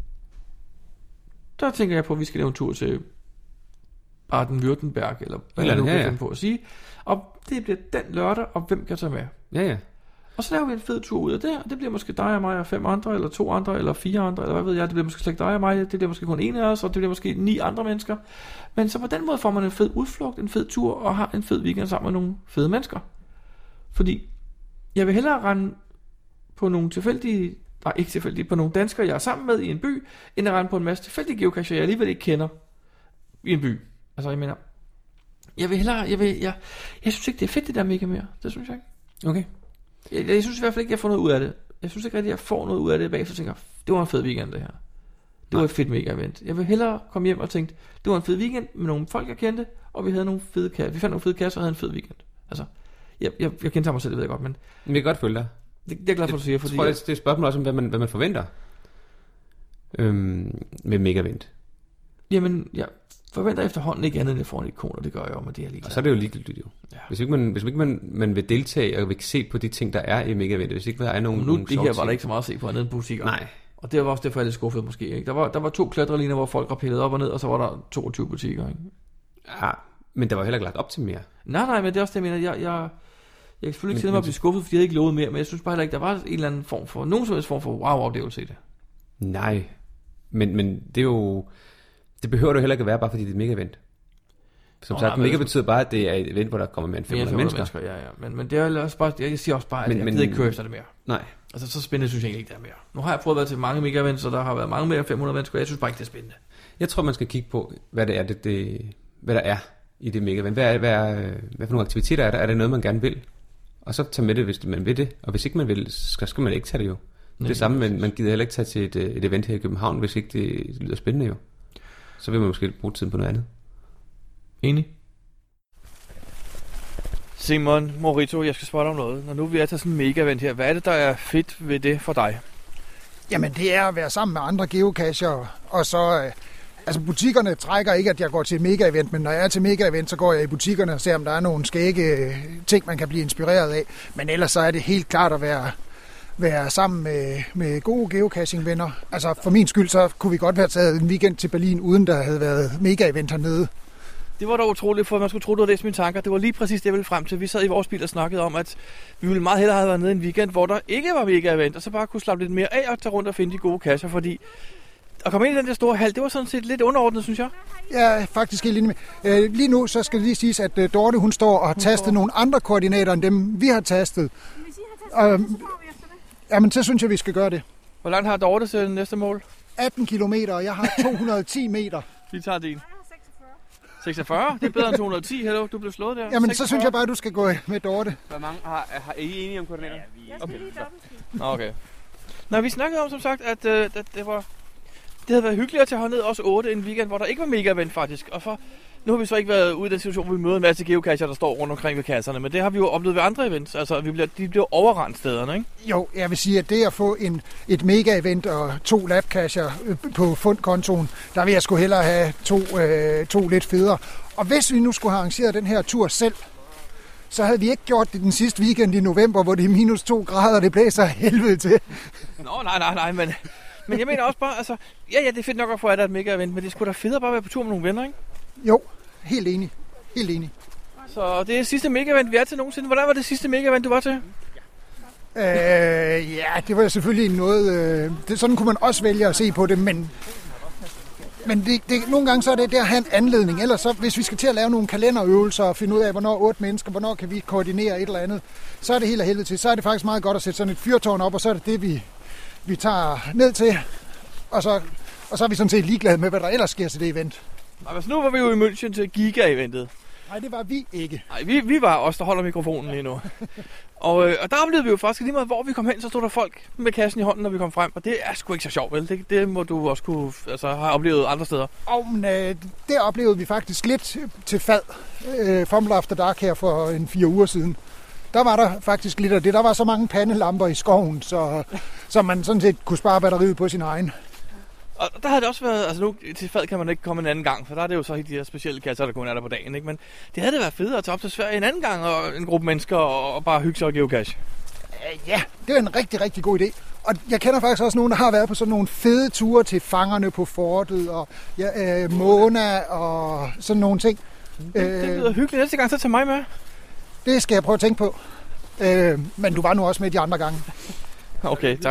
der tænker jeg på, at vi skal lave en tur til Baden-Württemberg, eller hvad jeg nu kan finde på at sige. Og det bliver den lørdag, og hvem kan tage med? Ja, ja. Og så laver vi en fed tur ud af det, og det bliver måske dig og mig og fem andre, eller to andre, eller fire andre, eller hvad ved jeg. Det bliver måske slet ikke dig og mig, det bliver måske kun en af os, og det bliver måske ni andre mennesker. Men så på den måde får man en fed udflugt, en fed tur, og har en fed weekend sammen med nogle fede mennesker. Fordi jeg vil hellere rende på nogle tilfældige, nej ikke tilfældige, på nogle danskere, jeg er sammen med i en by, end at rende på en masse tilfældige geocacher, jeg alligevel ikke kender i en by. Altså jeg mener, jeg vil hellere, jeg vil, jeg, jeg synes ikke det er fedt det der mega mere, det synes jeg ikke. Okay. Jeg, jeg synes i hvert fald ikke, jeg får noget ud af det. Jeg synes ikke rigtig, jeg får noget ud af det bagefter. Så tænker det var en fed weekend det her. Det Nej. var et fedt mega event. Jeg vil hellere komme hjem og tænke, det var en fed weekend med nogle folk, jeg kendte, og vi havde nogle fede kasser. Vi fandt nogle fede kasser og havde en fed weekend. Altså, jeg, jeg, jeg kendte mig selv, det ved jeg godt, men... Men jeg kan godt følge dig. Det, det er jeg glad for, at du siger, fordi... Jeg tror, jeg, det er et spørgsmål også om, hvad man, hvad man forventer øhm, med mega event. Jamen, jeg forventer efterhånden ikke andet, end jeg får en ikon, og det gør jeg jo med det her lige. Og så er det jo ligegyldigt jo. Ja. Hvis ikke, man, hvis ikke man, man vil deltage og vil se på de ting, der er i mega event, hvis ikke der er nogen... Nu nogen det her var der ikke så meget at se på andet end butikker. Nej. Og det var også derfor, jeg er lidt skuffet måske. Ikke? Der, var, der var to klatreliner, hvor folk var pillet op og ned, og så var der toogtyve butikker. Ikke? Ja, men der var heller ikke lagt op til mere. Nej, nej, men det er også det, jeg mener. Jeg, jeg, jeg kan selvfølgelig ikke sætte mig at blive skuffet, fordi jeg havde ikke lovet mere, men jeg synes bare heller ikke, der var en eller anden form for, nogen som helst form for wow-oplevelse i det. Nej, men, men det er jo... Det behøver du heller ikke at være, bare fordi det er et mega-event. Som oh, sagt, nej, mega det betyder bare, at det er et event, hvor der kommer mere end fem hundrede mennesker. mennesker. Ja, ja. Men, men det er også bare, jeg siger også bare, at men, jeg men, gider ikke køre efter det mere. Nej. Altså, så spændende synes jeg egentlig ikke, det er mere. Nu har jeg prøvet at være til mange mega-events, og der har været mange mere end fem hundrede mennesker, og jeg synes bare ikke, det er spændende. Jeg tror, man skal kigge på, hvad det er, det, det, hvad der er i det mega-event. Hvad, er, hvad, er, hvad for nogle aktiviteter er der? Er det noget, man gerne vil? Og så tage med det, hvis man vil det. Og hvis ikke man vil, så skal man ikke tage det jo. Det samme, men man gider heller ikke tage til et, et event her i København, hvis ikke det lyder spændende jo. Så vil man måske bruge tiden på noget andet. Enig. Simon Morito, jeg skal spørge dig om noget. Når nu vi er til sådan en mega-event her, hvad er det, der er fedt ved det for dig? Jamen, det er at være sammen med andre geocacher, og så... Øh, altså, butikkerne trækker ikke, at jeg går til et mega-event, men når jeg er til mega-event, så går jeg i butikkerne og ser, om der er nogle skægge ting, man kan blive inspireret af. Men ellers så er det helt klart at være, være sammen med, med gode geocaching-venner. Altså, for min skyld, så kunne vi godt være taget en weekend til Berlin, uden der havde været mega-event hernede. Det var da utroligt, for man skulle tro, du havde læst mine tanker. Det var lige præcis det, jeg ville frem til. Vi sad i vores bil og snakkede om, at vi ville meget hellere have været nede en weekend, hvor der ikke var mega-event, og så bare kunne slappe lidt mere af og tage rundt og finde de gode cacher, fordi at komme ind i den der store hal, det var sådan set lidt underordnet, synes jeg. Ja, faktisk helt enig med. Øh, lige nu, så skal det lige siges, at uh, Dorte, hun står og har tastet står. nogle andre koordinater, end dem, vi har tastet. Hvis I har tastet, øhm, så får vi efter det. Jamen, så synes jeg, vi skal gøre det. Hvor langt har Dorte til næste mål? atten kilometer, og jeg har to hundrede og ti meter. Vi tager din. seksogfyrre? Det er bedre end to hundrede og ti, hello. Du blev slået der. Jamen, seksogfyrre. Så synes jeg bare, at du skal gå med Dorte. Hvor mange har, har I enige om koordinater? Ja, vi er okay. Okay. Nå, vi snakkede om, som sagt, at, øh, at det var... Det havde været hyggeligt at tage hånd ned også otte en weekend, hvor der ikke var mega-event faktisk. Og for, nu har vi så ikke været ude i den situation, hvor vi møder en masse geocacher, der står rundt omkring ved kasserne. Men det har vi jo oplevet ved andre events. Altså, vi bliver, de bliver overrendt stederne, ikke? Jo, jeg vil sige, at det at få en, et mega-event og to labcacher på fundkontoen, der vil jeg sgu hellere have to, øh, to lidt federe. Og hvis vi nu skulle have arrangeret den her tur selv, så havde vi ikke gjort det den sidste weekend i november, hvor det er minus to grader, og det blæser helvede til. Nå, nej, nej, nej, men... Men jeg mener også bare, altså, ja, ja, det er fedt nok at få, at der er et mega-event, men det skulle da federe bare at være på tur med nogle venner, ikke? Jo, helt enig. Helt enig. Så det er sidste mega-event, vi er til nogensinde. Hvordan var det sidste mega-event, du var til? Øh, ja, det var selvfølgelig noget... Øh, det, sådan kunne man også vælge at se på det, men... Men det, det, nogle gange så er det der at have en anledning. Ellers så, hvis vi skal til at lave nogle kalenderøvelser og finde ud af, hvornår otte mennesker, hvornår kan vi koordinere et eller andet, så er det helt af helvede til. Så er det faktisk meget godt at sætte sådan et fyrtårn op, og så er det det, vi... vi tager ned til, og så, og så er vi sådan set ligeglade med, hvad der ellers sker til det event. Nej, altså nu var vi jo i München til Giga-eventet. Nej, det var vi ikke. Nej, vi, vi var os, der holder mikrofonen lige nu. og, øh, og der oplevede vi jo faktisk lige meget, hvor vi kom hen, så stod der folk med kassen i hånden, når vi kom frem. Og det er sgu ikke så sjovt, vel? Det, det må du også kunne altså, have oplevet andre steder. Og men, øh, det oplevede vi faktisk lidt til fad. Øh, Fumble After Dark her for en fire uger siden. Der var der faktisk lidt af det. Der var så mange pandelamper i skoven, så, så man sådan set kunne spare batteriet på sin egen. Og der havde det også været, altså nu til fad kan man ikke komme en anden gang, for der er det jo så de her specielle kasser, der kun er der på dagen, ikke? Men det havde det været federe at tage op til Sverige en anden gang, og en gruppe mennesker, og bare hygge sig og geocache. Ja, det er en rigtig, rigtig god idé. Og jeg kender faktisk også nogen, der har været på sådan nogle fede ture til Fangerne på Fortet, og ja, øh, Mona, og sådan nogle ting. Det, det lyder hyggeligt. Næste gang, så tag mig med. Det skal jeg prøve at tænke på. Øh, men du var nu også med de andre gange. Okay, tak.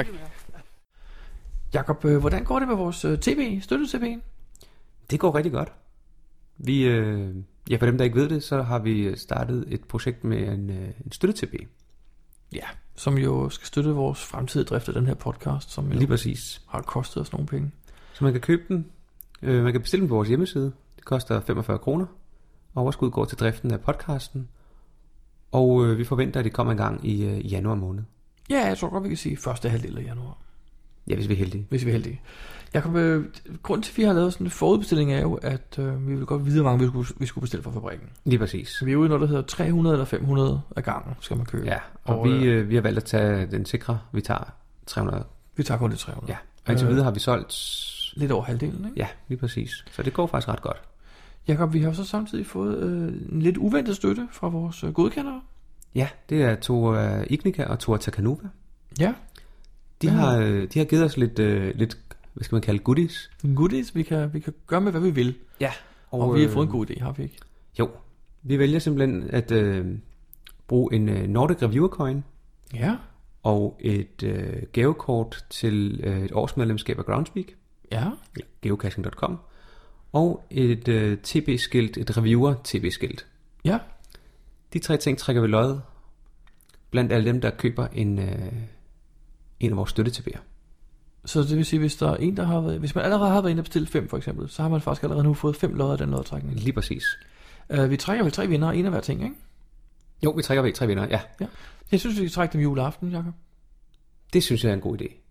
Jakob, hvordan går det med vores T B, støtte-T B'en? Det går rigtig godt. Vi, øh, ja, for dem, der ikke ved det, så har vi startet et projekt med en, øh, en støtte-T B. Ja, som jo skal støtte vores fremtidige drift af den her podcast, som jo lige præcis har kostet os nogle penge. Så man kan købe den, øh, man kan bestille den på vores hjemmeside. Det koster femogfyrre kroner. Overskud går til driften af podcasten. Og øh, vi forventer, at det kommer en gang i, øh, i januar måned. Ja, jeg tror godt, vi kan sige første halvdel af januar. Ja, hvis vi er heldige. Hvis vi er heldige. Jakob, øh, grunden til, at vi har lavet sådan en forudbestilling er jo, at øh, vi vil godt vide, hvor mange vi skulle, vi skulle bestille fra fabrikken. Lige præcis. Så vi er ude i noget, der hedder tre hundrede eller fem hundrede af gangen, skal man købe. Ja, og, og vi, øh, vi har valgt at tage den sikre. Vi tager tre hundrede. Vi tager kun det tre hundrede. Ja, og indtil videre har vi solgt... Lidt over halvdelen, ikke? Ja, lige præcis. Så det går faktisk ret godt. Jakob, vi har så samtidig fået øh, en lidt uventet støtte fra vores øh, godkendere. Ja, det er Tor Ignica og Tor Takanova. Ja. De har, de har givet os lidt, øh, lidt, hvad skal man kalde, goodies. Goodies, vi kan, vi kan gøre med, hvad vi vil. Ja. Og, og vi har fået en god idé, har vi ikke? Jo. Vi vælger simpelthen at øh, bruge en øh, Nordic Reviewer Coin. Ja. Og et øh, gavekort til øh, et årsmedlemskab af Groundspeak. Ja. Eller geocaching punktum com. Og et øh, T B-skilt, et Reviewer T B-skilt. Ja. De tre ting trækker vi lod blandt alle dem, der køber en, øh, en af vores støtte-T B'er. Så det vil sige, hvis der er en, der har været, hvis man allerede har været inde og bestilt fem for eksempel, så har man faktisk allerede nu fået fem lodder af den lodtrækning. Lige præcis. Uh, vi trækker vel tre vinder, en af hver ting, ikke? Jo, vi trækker vel tre vinder, ja. ja. Jeg synes, vi kan trække dem juleaften, Jakob. Det synes jeg er en god idé.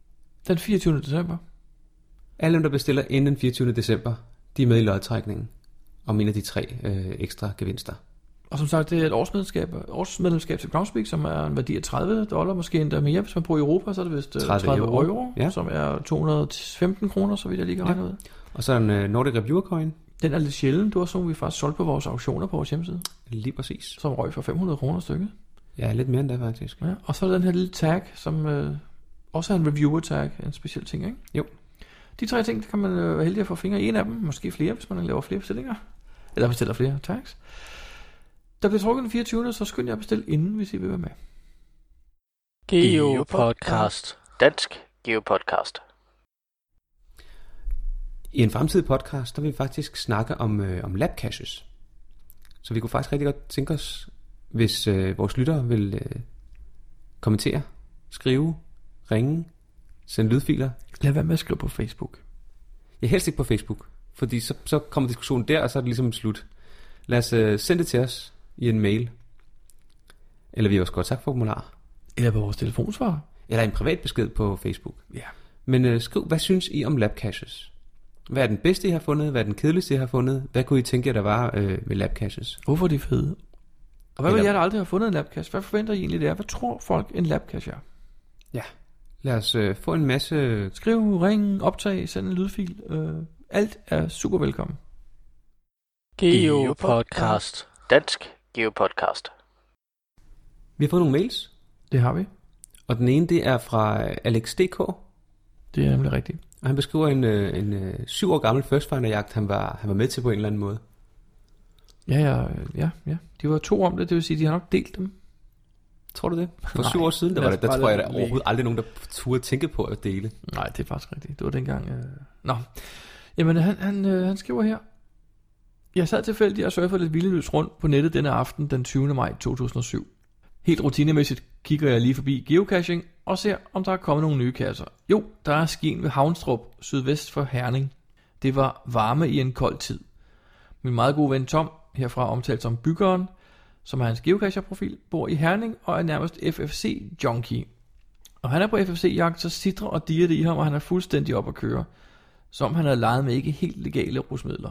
Den fireogtyvende december. Alle dem, der bestiller inden den fireogtyvende december, de er med i lodtrækningen om en af de tre øh, ekstra gevinster. Og som sagt, det er et årsmedlemskab, årsmedlemskab til Groundspeak, som er en værdi af tredive dollar, måske endda mere. Hvis man bor i Europa, så er det vist tredive, tredive euro, euro ja. Som er to hundrede og femten kroner, så vidt jeg lige kan regne ja. ud. Og så en uh, Nordic Reviewer Coin. Den er lidt sjælden. Du har sådan, vi faktisk solgt på vores auktioner på vores hjemmeside. Lige præcis. Som røg for fem hundrede kroner stykket. Ja, lidt mere end det faktisk. Ja. Og så er der den her lille tag, som øh, også er en reviewer tag, en speciel ting, ikke? Jo. De tre ting, kan man øh, være heldig at få fingre i en af dem. Måske flere, hvis man laver flere bestillinger. Eller bestiller flere tags. Der bliver trukket den fireogtyvende så skynd jeg at bestille inden, hvis I vil være med. GeoPodcast. Dansk GeoPodcast. I en fremtidig podcast, der vil vi faktisk snakke om, øh, om lab caches. Så vi kunne faktisk rigtig godt tænke os, hvis øh, vores lyttere vil øh, kommentere, skrive, ringe, sende lydfiler. Lad være med at skrive på Facebook. Ja, helst ikke på Facebook, fordi så, så kommer diskussionen der, og så er det ligesom slut. Lad os øh, sende det til os i en mail. Eller via vores kontaktformular. Eller på vores telefonsvar. Eller en privat besked på Facebook. Ja. Men øh, skriv, hvad synes I om lab caches? Hvad er den bedste, I har fundet? Hvad er den kedeligste, I har fundet? Hvad kunne I tænke jer, der var øh, med lab caches? Hvorfor er de fede? Og hvad vil jeg, der aldrig har fundet en lab cache? Hvad forventer I egentlig det er? Hvad tror folk en lab cache er? Ja, lad os øh, få en masse... Skriv, ring, optag, send en lydfil. Øh, alt er super velkommen. GeoPodcast. Dansk GeoPodcast. Vi har fået nogle mails. Det har vi. Og den ene, det er fra Alex D K. Det er nemlig rigtigt. Og han beskriver en, en, en syv år gammel First Finder jagt, han var, han var med til på en eller anden måde. Ja, ja, ja, ja. De var to om det, det vil sige, de har nok delt dem. Tror du det? For Nej, syv år siden, der, var det, der tror jeg, der overhovedet aldrig nogen, der turde tænke på at dele. Nej, det er faktisk rigtigt. Det var dengang... Øh... Nå, jamen han, han, øh, han skriver her. Jeg sad tilfældigt og surfede lidt vildeløs rundt på nettet denne aften den tyvende maj to tusind og syv. Helt rutinemæssigt kigger jeg lige forbi geocaching og ser, om der er kommet nogle nye kasser. Jo, der er skien ved Havnstrup, sydvest for Herning. Det var varme i en kold tid. Min meget gode ven Tom, herfra omtalt som Byggeren, som er hans geocacher-profil, bor i Herning og er nærmest F F C-junkie. Og han er på F F C-jagt, så sidder og diger det i ham, og han er fuldstændig op at køre. Som han havde leget med ikke helt legale rusmidler.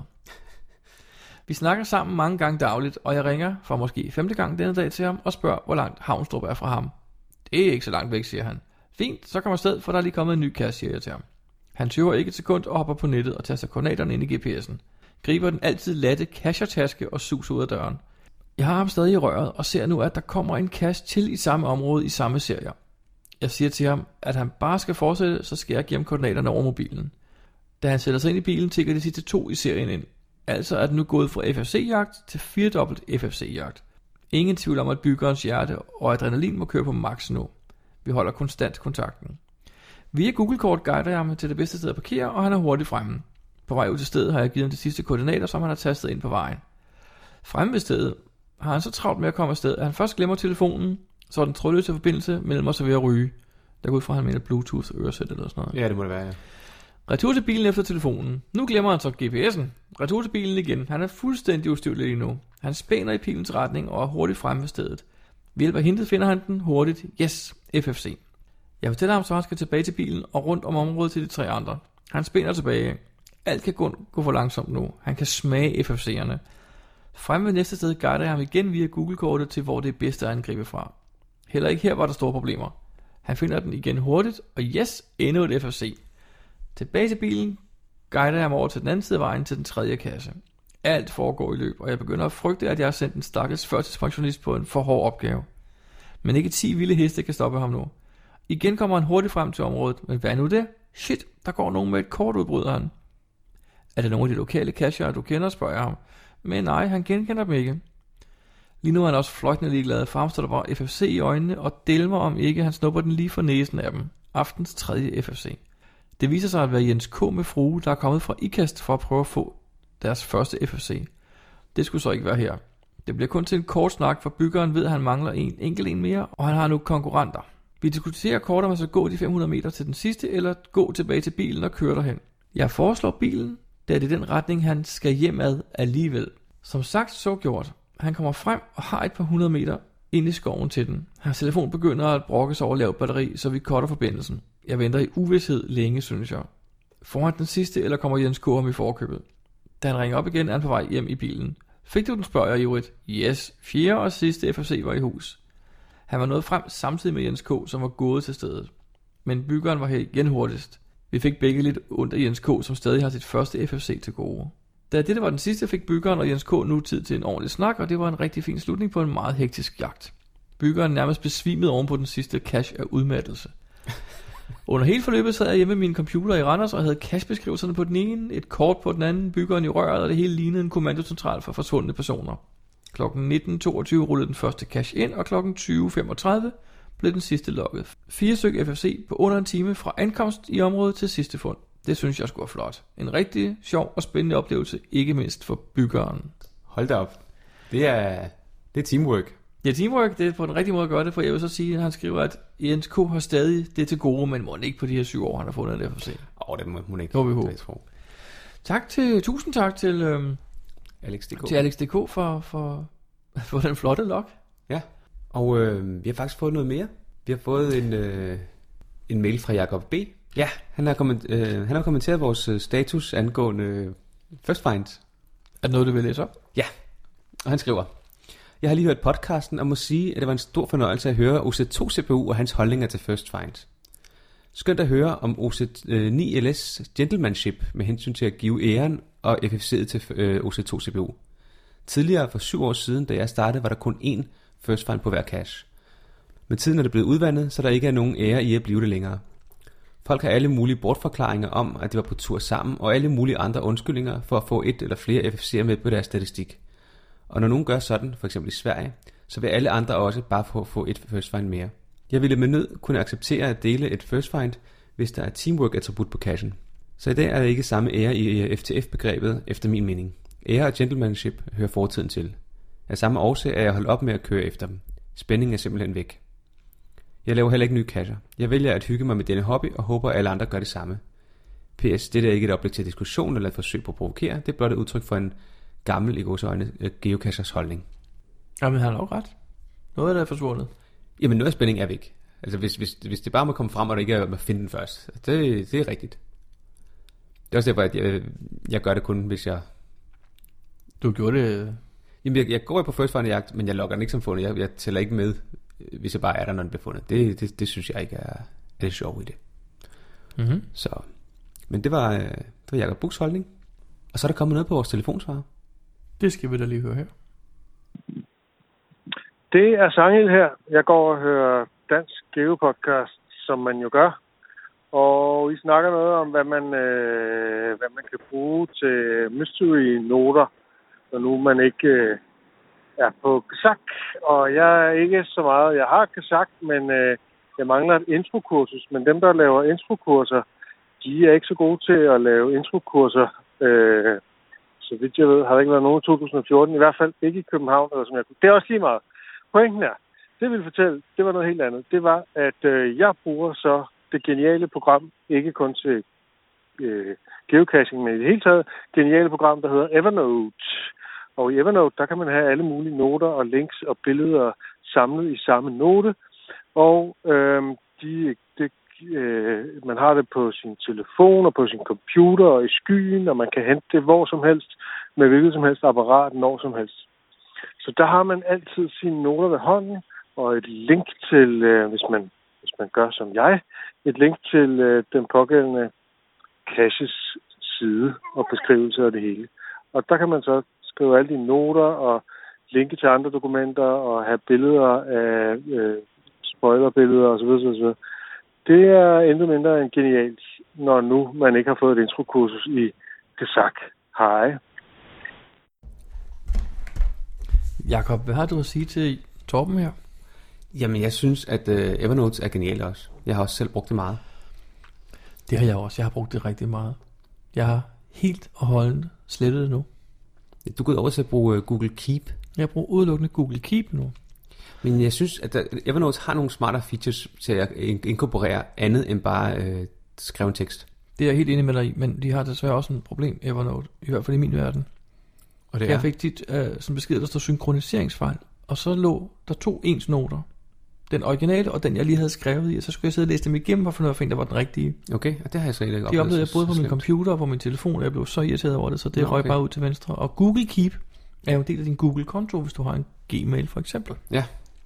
Vi snakker sammen mange gange dagligt, og jeg ringer for måske femte gang denne dag til ham og spørger, hvor langt Havnstrup er fra ham. Det er ikke så langt væk, siger han. Fint, så kommer jeg sted, for der er lige kommet en ny kasse, siger jeg til ham. Han tøver ikke et sekund og hopper på nettet og taster koordinaterne ind i G P S'en. Griber den altid latte cachertaske og suser ud af døren. Jeg har ham stadig i røret og ser nu, at der kommer en cache til i samme område i samme serie. Jeg siger til ham, at han bare skal fortsætte, så skal jeg give ham koordinaterne over mobilen. Da han sætter sig ind i bilen, tikker de sidste to i serien ind. Altså er den nu gået fra F F C-jagt til firedobbelt F F C-jagt. Ingen tvivl om, at byggerens hjerte og adrenalin må køre på max nu. Vi holder konstant kontakten. Via Google-kort guider jeg ham til det bedste sted at parkere, og han er hurtigt fremme. På vej ud til stedet har jeg givet ham de sidste koordinater, som han har tastet ind på vejen. Fremme ved stedet har han så travlt med at komme afsted, at han først glemmer telefonen, så er den trådløse forbindelse mellem os og ved at ryge. Der går ud fra, at han mener Bluetooth øresæt eller sådan noget. Ja, det må det være, ja. Retur til bilen efter telefonen. Nu glemmer han så G P S'en. Retur til bilen igen. Han er fuldstændig ustyrlig lige nu. Han spænder i pilens retning og er hurtigt fremme ved stedet. Ved hjælp af hintet finder han den hurtigt. Yes, F F C. Jeg fortæller ham så, at han skal tilbage til bilen og rundt om området til de tre andre. Han spænder tilbage. Alt kan gå, gå for langsomt nu. Han kan smage F F C'erne. Fremme ved næste sted guider jeg ham igen via Google-kortet til, hvor det er bedst at angribe fra. Heller ikke her var der store problemer. Han finder den igen hurtigt, og yes, endnu et F F C. Tilbage til bilen guider jeg ham over til den anden side af vejen til den tredje kasse. Alt foregår i løb, og jeg begynder at frygte, at jeg har sendt en stakkels førtidspensionist på en for hård opgave. Men ikke ti vilde heste kan stoppe ham nu. Igen kommer han hurtigt frem til området, men hvad er nu det? Shit, der går nogen med et kort, udbryder han. Er det nogle af de lokale cashier, du kender, spørger jeg ham. Men nej, han genkender dem ikke. Lige nu er han også fløjtende ligeglad, for ham står der bare F F C i øjnene, og delmer om ikke, han snupper den lige for næsen af dem. Aftens tredje F F C. Det viser sig at være Jens K. med frue, der er kommet fra IKAST for at prøve at få deres første F F C. Det skulle så ikke være her. Det bliver kun til en kort snak, for byggeren ved, at han mangler en enkelt en mere, og han har nu konkurrenter. Vi diskuterer kort, om man skal gå de fem hundrede meter til den sidste, eller gå tilbage til bilen og køre derhen. Jeg foreslår bilen, da det er den retning, han skal hjem ad alligevel. Som sagt, så gjort. Han kommer frem og har et par hundrede meter ind i skoven til den. Hans telefon begynder at brokke sig over lavt batteri, så vi cutter forbindelsen. Jeg venter i uvidshed længe, synes jeg. Får han den sidste, eller kommer Jens K. ham i forkøbet? Da han ringer op igen, er han på vej hjem i bilen. Fik du den, spørger jeg ivrigt. Yes, fjerde og sidste F F C var i hus. Han var nået frem samtidig med Jens K., som var gået til stedet. Men byggeren var her igen hurtigst. Vi fik begge lidt ondt af Jens K., som stadig har sit første F F C til gode. Da dette var den sidste, fik byggeren og Jens K. nu tid til en ordentlig snak, og det var en rigtig fin slutning på en meget hektisk jagt. Byggeren nærmest besvimede oven på den sidste cache af udmattelse. Under hele forløbet sad jeg hjemme med min computer i Randers og havde cache-beskrivelserne på den ene, et kort på den anden, byggeren i røret, og det hele lignede en kommandocentral for forsvundne personer. Klokken nitten toogtyve rullede den første cache ind, og klokken tyve femogtredive blev den sidste logget. Fire stykker F F C på under en time fra ankomst i området til sidste fund. Det synes jeg skulle være flot. En rigtig sjov og spændende oplevelse, ikke mindst for byggeren. Hold da op. Det er, det er teamwork. Ja, teamwork, det er på den rigtige måde at gøre det, for jeg vil så sige, at han skriver, at Jens K. har stadig det til gode, men må ikke på de her syv år, han har fundet det F F C. Åh, oh, det må hun ikke. Håber vi håber. Tak til, tusind tak til, øhm, Alex punktum d k. til Alex punktum d k for, for, for den flotte log. Ja, og øh, vi har faktisk fået noget mere. Vi har fået en, øh, en mail fra Jacob B. Ja, han har, komment, øh, han har kommenteret vores status angående øh, First Find. Er det noget, du vil læse op? Ja, og han skriver: Jeg har lige hørt podcasten og må sige, at det var en stor fornøjelse at høre O Z to C P U og hans holdninger til First Find. Skønt at høre om O Z ni L S gentlemanship med hensyn til at give æren og F F C'et til øh, O Z to C P U. Tidligere for syv år siden, da jeg startede, var der kun én First Find på hver cache. Med tiden er det blevet udvandet, så der ikke er nogen ære i at blive det længere. Folk har alle mulige bortforklaringer om, at de var på tur sammen, og alle mulige andre undskyldninger for at få et eller flere F F C'er med på deres statistik. Og når nogen gør sådan, for eksempel i Sverige, så vil alle andre også bare få, få et First Find mere. Jeg ville med nød kunne acceptere at dele et First Find, hvis der er teamwork-attribut på cachen. Så i dag er der ikke samme ære i F T F-begrebet, efter min mening. Ære og gentlemanship hører fortiden til. Af samme årsag er jeg holdt op med at køre efter dem. Spændingen er simpelthen væk. Jeg laver heller ikke nye cacher. Jeg vælger at hygge mig med denne hobby, og håber at alle andre gør det samme. P S. Det er ikke et oplæg til diskussion eller et forsøg på at provokere. Det er blot et udtryk for en gammel i gåseøjne geocachers holdning. Jamen, han har jo ret. Noget af det er forsvundet. Jamen, noget af spændingen er væk. Altså, hvis, hvis, hvis det bare må komme frem, og det ikke er at finde den først. Det, det er rigtigt. Det er også derfor, at jeg, jeg gør det kun, hvis jeg... Du gjorde det... Jamen, jeg, jeg går på First Find jagt, men jeg logger den ikke som fundet. Jeg, jeg tæller ikke med, hvis jeg bare er der, når den bliver fundet. Det, det, det synes jeg ikke er, er det sjove i det. Mm-hmm. Så, men det var, det var Jacob Buchs holdning. Og så er der kommet noget på vores telefonsvarer. Det skal vi da lige høre her. Det er Sangil her. Jeg går og hører Dansk Geo-podcast, som man jo gør. Og I snakker noget om, hvad man, øh, hvad man kan bruge til mystery-noter, når nu man ikke øh, er på Kazak. Og jeg er ikke så meget... Jeg har Kazak, men øh, jeg mangler et introkursus. Men dem, der laver introkurser, de er ikke så gode til at lave introkurser. Øh, så vidt jeg ved, har der ikke været nogen i to tusind og fjorten. I hvert fald ikke i København. Eller som jeg kunne. Det er også lige meget. Pointen er, det jeg ville fortælle, det var noget helt andet. Det var, at øh, jeg bruger så det geniale program, ikke kun til øh, geocaching, men i det hele taget, geniale program, der hedder Evernote. Og i Evernote, der kan man have alle mulige noter og links og billeder samlet i samme note. Og øh, de, de, øh, man har det på sin telefon og på sin computer og i skyen, og man kan hente det hvor som helst, med hvilket som helst apparat, når som helst. Så der har man altid sine noter ved hånden, og et link til, øh, hvis man hvis man gør som jeg, et link til øh, den pågældende caches side og beskrivelse af det hele. Og der kan man så skrive alle de noter og linke til andre dokumenter og have billeder af øh, spoilerbilleder osv. osv. Det er endnu mindre end genialt, når nu man ikke har fået et introkursus i Kazak. Hej. Jakob, hvad har du at sige til Torben her? Jamen, jeg synes, at uh, Evernote er genialt også. Jeg har også selv brugt det meget. Det har jeg også. Jeg har brugt det rigtig meget. Jeg har helt og holdent slettet det nu. Du går over til at bruge uh, Google Keep. Jeg bruger udelukkende Google Keep nu. Men jeg synes, at der, Evernote har nogle smartere features til at inkorporere andet end bare uh, skreven tekst. Det er jeg helt enig med dig i, men de har desværre også et problem, Evernote. I hvert fald i min verden. Og det er? Jeg fik tit uh, som besked, der står synkroniseringsfejl. Og så lå der to ens noter Den originale, og den jeg lige havde skrevet i, og så skulle jeg sidde og læse dem igennem, for at finde ud af, der var den rigtige. Okay, og det har jeg så ikke oplevet. Det oplevede jeg både på min computer og på min telefon, og jeg blev så irriteret over det, så det Nå, røg okay. bare ud til venstre. Og Google Keep er jo en del af din Google-konto, hvis du har en Gmail for eksempel. Ja.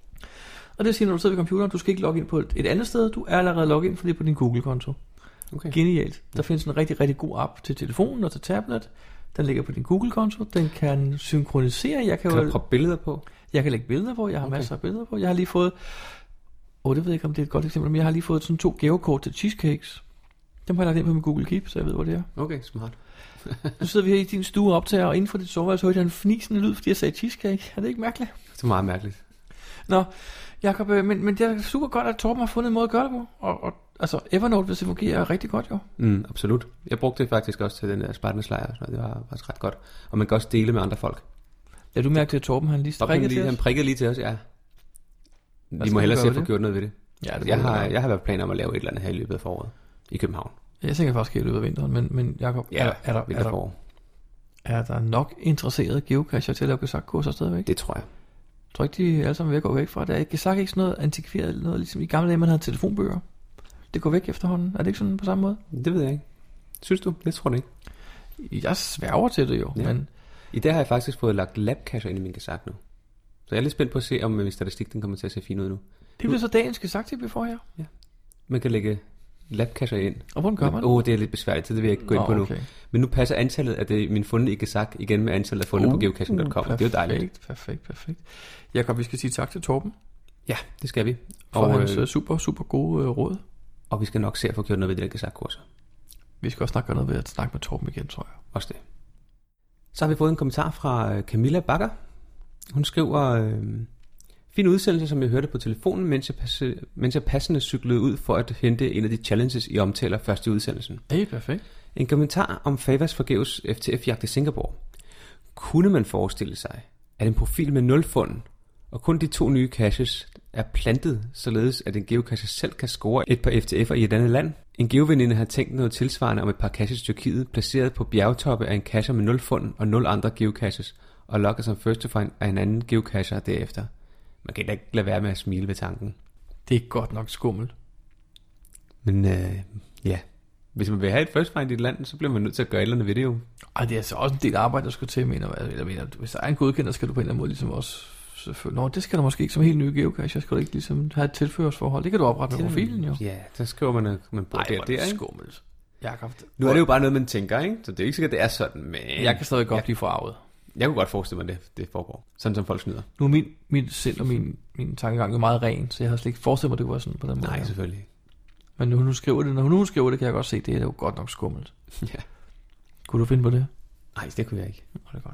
Og det siger, når du sidder ved computeren, du skal ikke logge ind på et, et andet sted, du er allerede logget ind, for det er på din Google-konto. Okay. Genialt. Der findes en rigtig, rigtig god app til telefonen og til tablet. Den ligger på din Google-konto. Den kan synkronisere. Jeg kan, Kan jo, du proppe billeder på? jeg kan lægge billeder på. Jeg har Okay. masser af billeder på. Jeg har lige fået... Åh, oh, det ved jeg ikke, om det er et godt eksempel, men jeg har lige fået sådan to gavekort til cheesecakes. Dem har jeg lagt ind på min Google Keep, så jeg ved, hvor det er. Okay, smart. Nu sidder vi her i din stue og optager, og inden for dit soveværelse hørte jeg en fnisende lyd, fordi jeg sagde cheesecake. Er det ikke mærkeligt? Det er meget mærkeligt. Nå, Jacob, øh, men, men det er super godt, at Torben har fundet en måde at gøre det på. Og, og altså, Evernote, hvis det fungerer, er rigtig godt jo. Mm, absolut. Jeg brugte det faktisk også til den der spartnerslejr, så det var faktisk ret godt. Og man kan også dele med andre folk. Ja, du mærke til, at Torben han lige Torben strikkede lige, til han os? prikkede lige til os, ja. Vi skal må vi hellere gøre se at ved få gjort noget ved det. Ja, det Jeg må vi har, gøre. jeg har været planer om at lave et eller andet her i løbet af foråret i København. Jeg tænker faktisk helt i løbet af vinteren, men, men Jacob, Ja, er, er, der, er, der, forår. er der nok interesserede geocacher til at lave gesagtkurser stadigvæk? Det tror jeg. Jeg tror ikke, de alle sammen er ved at gå væk fra det. Er gesag ikke sådan noget antikveret, noget ligesom i gamle dage, man havde telefonbøger? Det går væk efterhånden. Er det ikke sådan på samme måde? Det ved jeg ikke. Synes du? Det tror jeg ikke. Jeg sværger til det jo, Ja. men I dag har jeg faktisk fået lagt labcacher ind i min gesag nu. Så jeg er lidt spændt på at se, om min statistik den kommer til at se fin ud nu. det bliver så dagens gesagtip, vi får her. Man kan lægge labcacher ind. Og hvordan gør man? Åh, oh, det er lidt besværligt, så det vil jeg ikke gå ind Nå, på nu. okay. Men nu passer antallet af det, min fundne i gesag igen med antallet af fundne uh, på geocaching punktum com. Det er jo dejligt. Perfekt, perfekt, perfekt. Jakob, vi skal sige tak til Torben Ja, det skal vi. for Og, hans øh, øh, super, super gode øh, råd. og vi skal nok se at få gjort noget ved de der gesagkurser. Vi skal også snakke noget ved at snakke med Torben igen, tror jeg. Også det. Så har vi fået en kommentar fra øh, Camilla Bakker. Hun skriver, øh, fin udsendelse, som jeg hørte på telefonen, mens jeg, passe, mens jeg passende cyklede ud for at hente en af de challenges, I omtaler først i udsendelsen. Hey, perfekt. En kommentar om Favas forgæves F T F-jagt i Singapore. Kunne man forestille sig, at en profil med nul fund, og kun de to nye caches er plantet, således at en geocacher selv kan score et par F T F'er i et andet land? En geoveninde har tænkt noget tilsvarende om et par caches i Tyrkiet, placeret på bjergtoppe af en cacher med nul fund og nul andre geocaches, og logger som first to find af en anden geocacher derefter. Man kan da ikke lade være med at smile ved tanken. Det er godt nok skummelt. Men øh, ja, hvis man vil have et first find i et land, så bliver man nødt til at gøre et eller andet ved det jo. Ej, det er altså også en del arbejde, der skal til, mener jeg. Eller mener, hvis der er en godkender, skal du på en eller anden måde ligesom også selvfølgelig. Nå, det skal der måske ikke som helt nye geocacher. Skal du ikke ligesom have et tilførselsforhold. Det kan du oprette med profilen jo. Ja, der skriver man, at man bor Nej, der, hvor er der, det ikke? skummelt. Jakob, Nu er det jo bare noget, man tænker, ikke? Så det er ikke sikkert, det er sådan, men... jeg kan stadig godt ja, blive forarvet. jeg kunne godt forestille mig, at det, det foregår. Sådan som folk snyder. Nu er min, min sind og min, min tankegang jo meget ren, så jeg har slet ikke forestillet mig, at det var sådan på den måde. Nej, selvfølgelig. Men når hun nu skriver det, når hun nu skriver det, kan jeg godt se, at det er jo godt nok skummelt. Ja. Kunne du finde på det? Nej, det kunne jeg ikke. Nå, det er godt.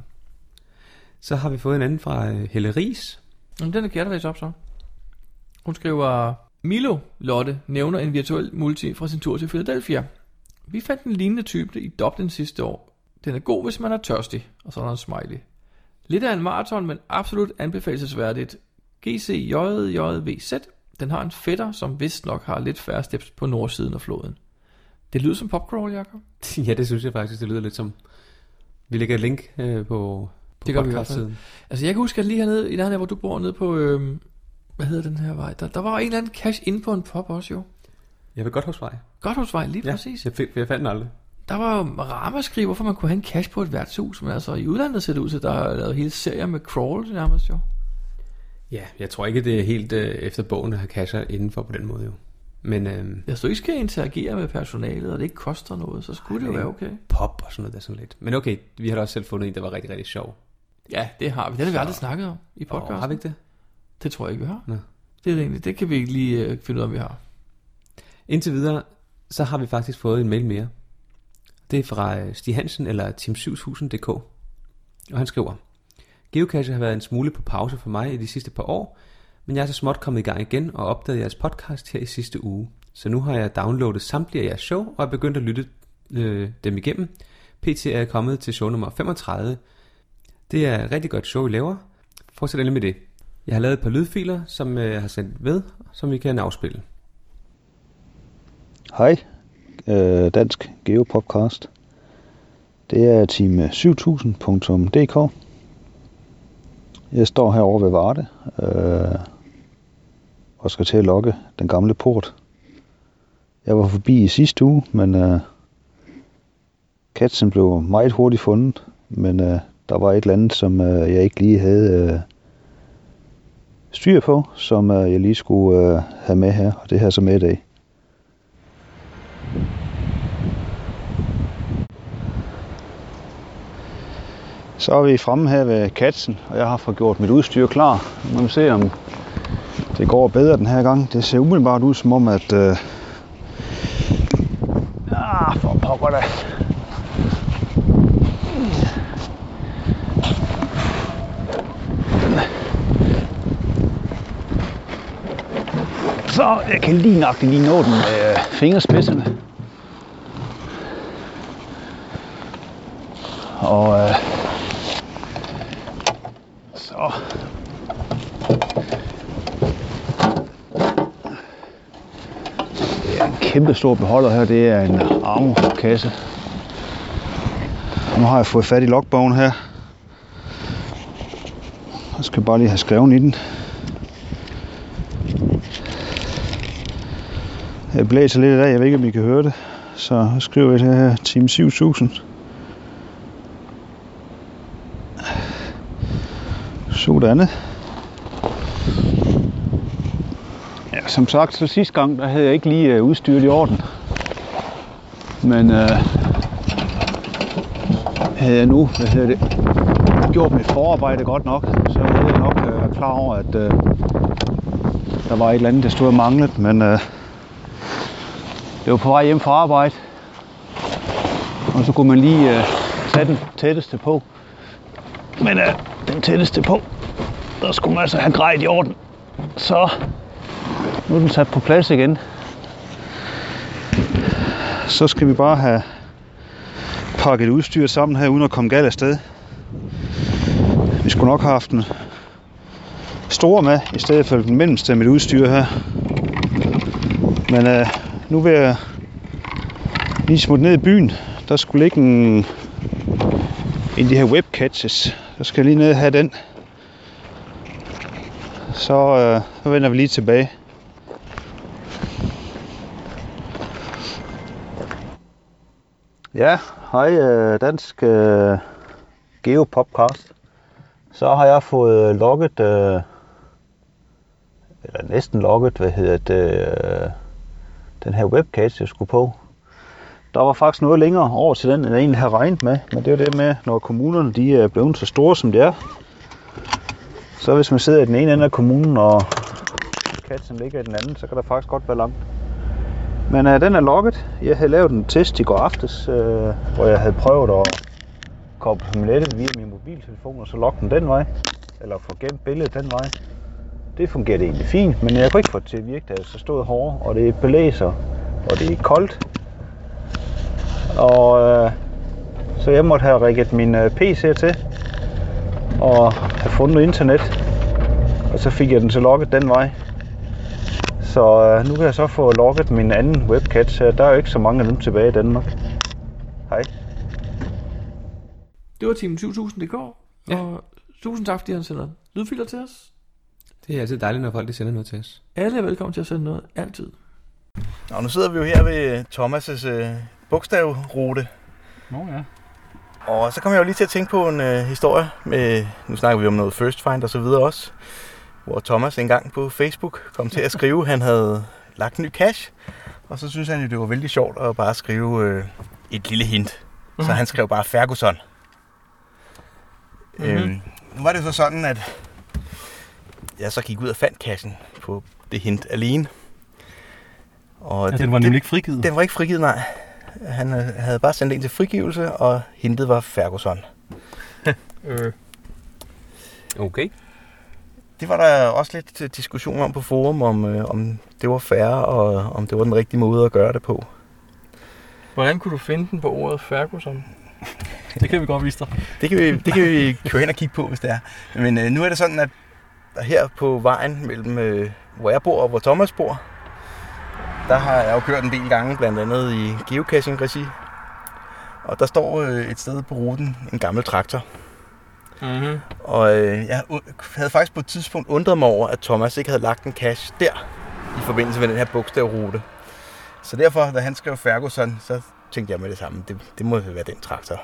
Så har vi fået en anden fra uh, Helle Ries. Jamen, den er kært at læse op så. Hun skriver, Milo Lotte nævner en virtuel multi fra sin tur til Philadelphia. Vi fandt en lignende type i Dublin sidste år. Den er god, hvis man er tørstig. Og så er der en smiley. Lidt af en maraton, men absolut anbefalesværdigt. G C J J V Z. Den har en fætter, som vist nok har lidt færre steps på nordsiden af floden. Det lyder som popcrawl, Jacob. Ja, det synes jeg faktisk, det lyder lidt som... Vi lægger et link øh, på, på Det gør vi i hvert fald. podcast-siden. Altså jeg kan huske, at lige hernede, i nærheden, hvor du bor nede på... Øh, hvad hedder den her vej? Der, der var jo en eller anden cache inde på en pop også jo. Jeg vil godt hos vej. Godthusvej, lige Ja, præcis. jeg, fik, jeg fandt den aldrig. Der var jo ramaskrig, hvorfor man kunne have en cache på et værtshus, men altså i udlandet ser det ud til, at der er lavet hele serier med crawls nærmest jo. Ja, jeg tror ikke, det er helt øh, efter bogen at have cacher indenfor på den måde jo. Men øh, Hvis du ikke skal interagere med personalet, og det ikke koster noget, så skulle det jo være okay. pop og sådan noget der sådan lidt. Men okay, vi har da også selv fundet en, der var rigtig, rigtig sjov. Ja, det har vi. Den har vi aldrig snakket om i podcasten. Oh, har vi ikke det? Det tror jeg ikke, vi har. Nå. Det er det egentlig. Det kan vi ikke lige uh, finde ud af, om vi har. Indtil videre, så har vi faktisk fået en mail mere. Det er fra Stig Hansen eller team syv tusind punktum d k. Og han skriver: Geocache har været en smule på pause for mig i de sidste par år, men jeg er så småt kommet i gang igen og opdagede jeres podcast her i sidste uge. Så nu har jeg downloadet samtlige af jeres show og er begyndt at lytte øh, dem igennem. P T er jeg kommet til show nummer femogtredive. Det er et rigtig godt show, I laver. Fortsæt endelig med det. Jeg har lavet et par lydfiler, som jeg har sendt ved, som vi kan afspille. Hej, øh, Dansk Geopodcast. Det er team syv tusind punktum d k. Jeg står herovre ved Varde. Øh, og skal til at logge den gamle port. Jeg var forbi i sidste uge, men uh, Katzen blev meget hurtigt fundet, men uh, der var et eller andet, som uh, jeg ikke lige havde uh, styr på, som uh, jeg lige skulle uh, have med her, og det her så med i dag. Så er vi fremme her ved Katzen, og jeg har fået gjort mit udstyr klar. Nu må vi se, om det går bedre den her gang. Det ser umiddelbart ud som om, at... Øh... Ah, for pokker da. Så jeg kan lige nok lige nå den med øh, fingerspidserne. Og... Øh... Så... Det er en kæmpe stor beholder her. Det er en Armo-kasse. Nu har jeg fået fat i logbogen her. Jeg skal bare lige have skrevet i den. Jeg blæser lidt i dag. Jeg ved ikke, om I kan høre det. Så skriver jeg det her. Team syv tusind. Sådan. Ja, som sagt, så sidste gang, der havde jeg ikke lige uh, udstyret i orden. Men uh, havde jeg nu, hvad hedder det, gjort mit forarbejde godt nok, så havde jeg nok uh, klar over, at uh, der var et eller andet, der stod og manglet. Men uh, det var på vej hjem fra arbejde, og så kunne man lige uh, tage den tætteste på. Men uh, den tætteste på, der skulle man altså have grejet i orden. Så nu er den sat på plads igen. Så skal vi bare have pakket udstyret sammen her, uden at komme galt afsted. Vi skulle nok have haft den store med, i stedet for den mellemste med udstyr her. Men uh, nu vil jeg lige smutte ned i byen. Der skulle ligge en, en af de her webcatches. Så skal jeg lige ned og have den. Så, øh, så vender vi lige tilbage. Ja, hej øh, Dansk øh, Geo Podcast. Så har jeg fået logget, øh, eller næsten logget, hvad hedder det, øh, den her webcast, jeg skulle på. Der var faktisk noget længere over til den, end jeg egentlig havde regnet med. Men det er jo det med, når kommunerne de er blevet så store, som de er. Så hvis man sidder i den ene ende af kommunen, og Katzen ligger i den anden, så kan der faktisk godt være langt. Men øh, den er logget. Jeg havde lavet en test i går aftes, øh, hvor jeg havde prøvet at koble på nettet via min mobiltelefon, og så logge den den vej. Eller få gemt billedet den vej. Det fungerede egentlig fint, men jeg kunne ikke få det til at virke, da jeg så stod hårdt, og det blæser, og det er koldt. Og øh, så jeg måtte have rigget min øh, P C til og have fundet internet, og så fik jeg den så logget den vej. Så øh, nu kan jeg så få logget min anden webcatch. Der er jo ikke så mange af dem tilbage i Danmark. Hej. Det var Team syv tusind punktum d k, Ja. og tusind tak, fordi han sender lydfiler til os. Det er altid dejligt, når folk de sender noget til os. Alle er velkommen til at sende noget, altid. Nå, nu sidder vi jo her ved Thomas' øh, bogstavrute. Nå ja. Og så kommer jeg jo lige til at tænke på en øh, historie med, nu snakker vi om noget First Find og så videre også, hvor Thomas engang på Facebook kom til at skrive, at han havde lagt en ny cache, og så synes han jo, det var vældig sjovt at bare skrive øh, et lille hint. Så han skrev bare Ferguson. Mm-hmm. Øhm, nu var det så sådan, at jeg så gik ud og fandt cachen på det hint alene. Og Ja, det, den var nemlig ikke frigivet. Den var ikke frigivet, nej. Han havde bare sendt en til frigivelse, og hintet var Ferguson. øh. Okay. Det var der også lidt diskussion om på forum, om, øh, om det var fair, og om det var den rigtige måde at gøre det på. Hvordan kunne du finde den på ordet Ferguson? Det kan vi godt vise dig. Det kan vi, det kan vi køre hen og kigge på, hvis det er. Men øh, nu er det sådan, at der her på vejen mellem, øh, hvor jeg bor og hvor Thomas bor, der har jeg jo kørt en del gange, blandt andet i geocaching-regi. Og der står øh, et sted på ruten en gammel traktor. Mm-hmm. Og øh, jeg havde faktisk på et tidspunkt undret mig over, at Thomas ikke havde lagt en cache der, i forbindelse med den her bogstavrute. Så derfor, da han skrev Ferguson, så tænkte jeg med det samme, det, det må være den traktor.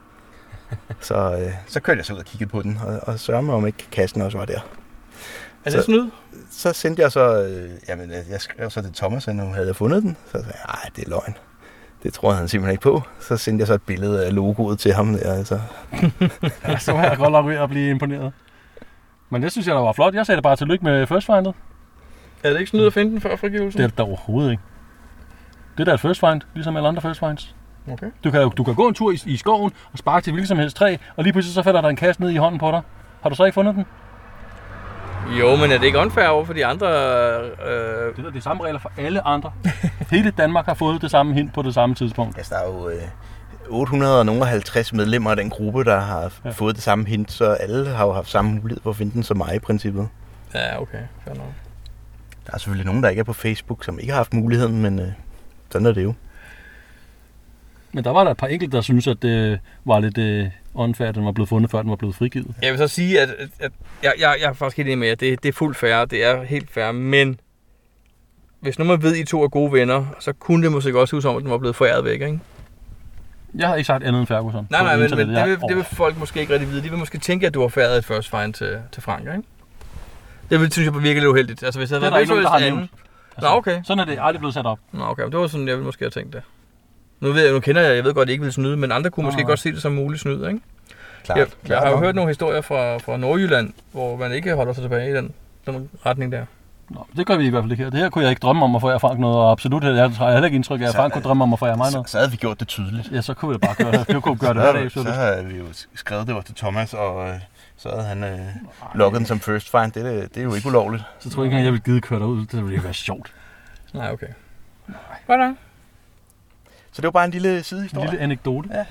så, øh, så kørte jeg så ud og kiggede på den, og, og sørgede mig, om ikke cachen også var der. Er det snyd? Så sendte jeg så, øh, jamen jeg skrev så til Thomas, at nu havde jeg fundet den. Så sagde jeg, nej, det er løgn. Det tror han simpelthen ikke på. Så sendte jeg så et billede af logoet til ham der, altså. Ja, så var jeg godt nok ved at blive imponeret. Men det synes jeg, der var flot. Jeg sagde det bare tillykke med First Findet. Er det ikke snyd at finde den før frigivelsen? Det er det der overhovedet ikke. Det der er et First Find, ligesom alle andre First Finds. Okay. Du kan, du kan gå en tur i, i skoven og sparke til hvilket som helst træ, og lige pludselig så falder der en kasse ned i hånden på dig. Har du så ikke fundet den? Jo, men er det ikke unfair over for de andre? Øh... Det er de samme regler for alle andre. Hele Danmark har fået det samme hint på det samme tidspunkt. Altså, der er jo øh, otte hundrede og halvtreds medlemmer af den gruppe, der har ja. fået det samme hint, så alle har jo haft samme mulighed for at finde den som mig i princippet. Ja, okay. Fair nok. Der er selvfølgelig nogen, der ikke er på Facebook, som ikke har haft muligheden, men øh, sådan er det jo. Men der var der et par enkelte, der synes, at det var lidt øh, unfair, at den var blevet fundet, før den var blevet frigivet. Jeg vil så sige, at, at, at jeg, jeg, jeg er faktisk helt enig med jer. Det, det er fuldt fair, det er helt fair, men hvis nu man ved, at I to er gode venner, så kunne det måske også huske om, at den var blevet foræret væk, ikke? Jeg har ikke sagt andet end Ferguson. Nej, nej, men, men det, vil, det vil folk måske ikke rigtig vide. De vil måske tænke, at du har foræret et First Find til, til Frank, ikke? Det vil, synes jeg, virkelig lidt uheldigt. Altså, hvis det, det havde været nogen, der har anden... nævnt. Altså, Nå, okay. Sådan er det aldrig blevet sat op. Nå, okay. Det var sådan, jeg ville måske have tænkt det. Nu, ved jeg, nu kender jeg, jeg ved godt, at I ikke vil snyde, men andre kunne Nå, måske nej. godt se det som muligt snyd, ikke? Klart, jeg, klart jeg har jo nok. hørt nogle historier fra, fra Nordjylland, hvor man ikke holder sig tilbage i den, den retning der. Nå, det gør vi i hvert fald ikke her. Det her kunne jeg ikke drømme om at få jer Frank noget, og absolut, jeg har heller ikke indtryk af, at Frank kunne drømme om at få jer mig noget. Så, så havde vi gjort det tydeligt. Ja, så kunne vi da bare gøre det. Vi kunne gøre det hver dag. Så, så havde vi jo skrevet det var til Thomas, og øh, så havde han øh, logget den som First Find. Det, det, det er jo ikke ulovligt. Så tror jeg ikke engang, jeg ville gide køre derud. Det ville jo være sjovt. Nej, okay. Hvordan? Så det var bare en lille sidehistorie. En lille anekdote. Ja.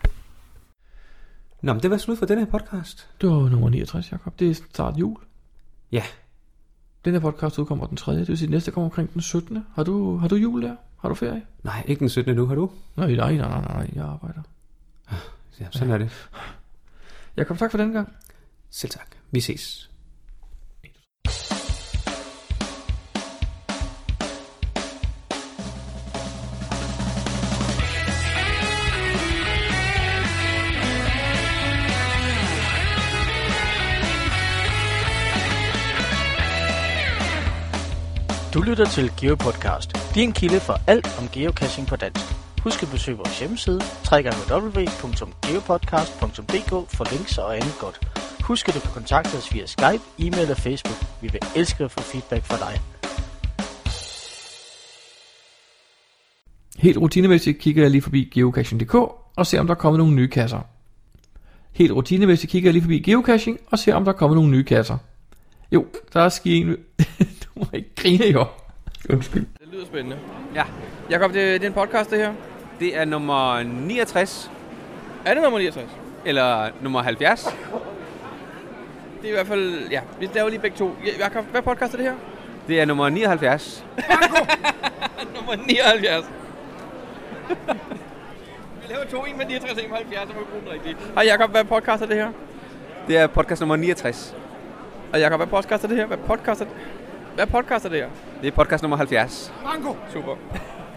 Nå, men det var slut for den her podcast. Det var nummer niogtres, Jacob. Det er start jul. Ja. Den her podcast udkommer den tredje. Det vil sige, at næste kommer omkring den syttende. Har du, har du jul der? Har du ferie? Nej, ikke den syttende nu. Har du? Nej, nej, nej, nej, nej. Jeg arbejder. Ja, sådan ja. er det. Jacob, tak for den gang. Selv tak. Vi ses. Du lytter til GeoPodcast, din kilde for alt om geocaching på dansk. Husk at besøge vores hjemmeside, w w w punktum geopodcast punktum d k for links og andet godt. Husk at du kan kontakte os via Skype, e-mail og Facebook. Vi vil elske at få feedback fra dig. Helt rutinemæssigt kigger jeg lige forbi geocaching punktum d k og ser om der er kommet nogle nye kasser. Helt rutinemæssigt kigger jeg lige forbi geocaching og ser om der er kommet nogle nye kasser. Jo, der er sket en... Du må ikke grine, jo. Undskyld. Det lyder spændende. Ja. Jakob, det, det er en podcast, det her. Det er nummer niogtres. Er det nummer niogtres? Eller nummer halvfjerds. Det er i hvert fald... Ja, vi laver lige begge to. Jakob, hvad podcast er det her? Det er nummer nioghalvfjerds. nummer nioghalvfjerds. Vi laver to, en med niogtres og en med halvfjerds, så må vi bruge den rigtigt. Hej Jakob, hvad podcast er det her? Det er podcast nummer niogtres. Og Jakob, hvad podcast er det her? Hvad podcast er det? Hvad podcast er det her? Det er podcast nummer halvfjerds. Mango! Super.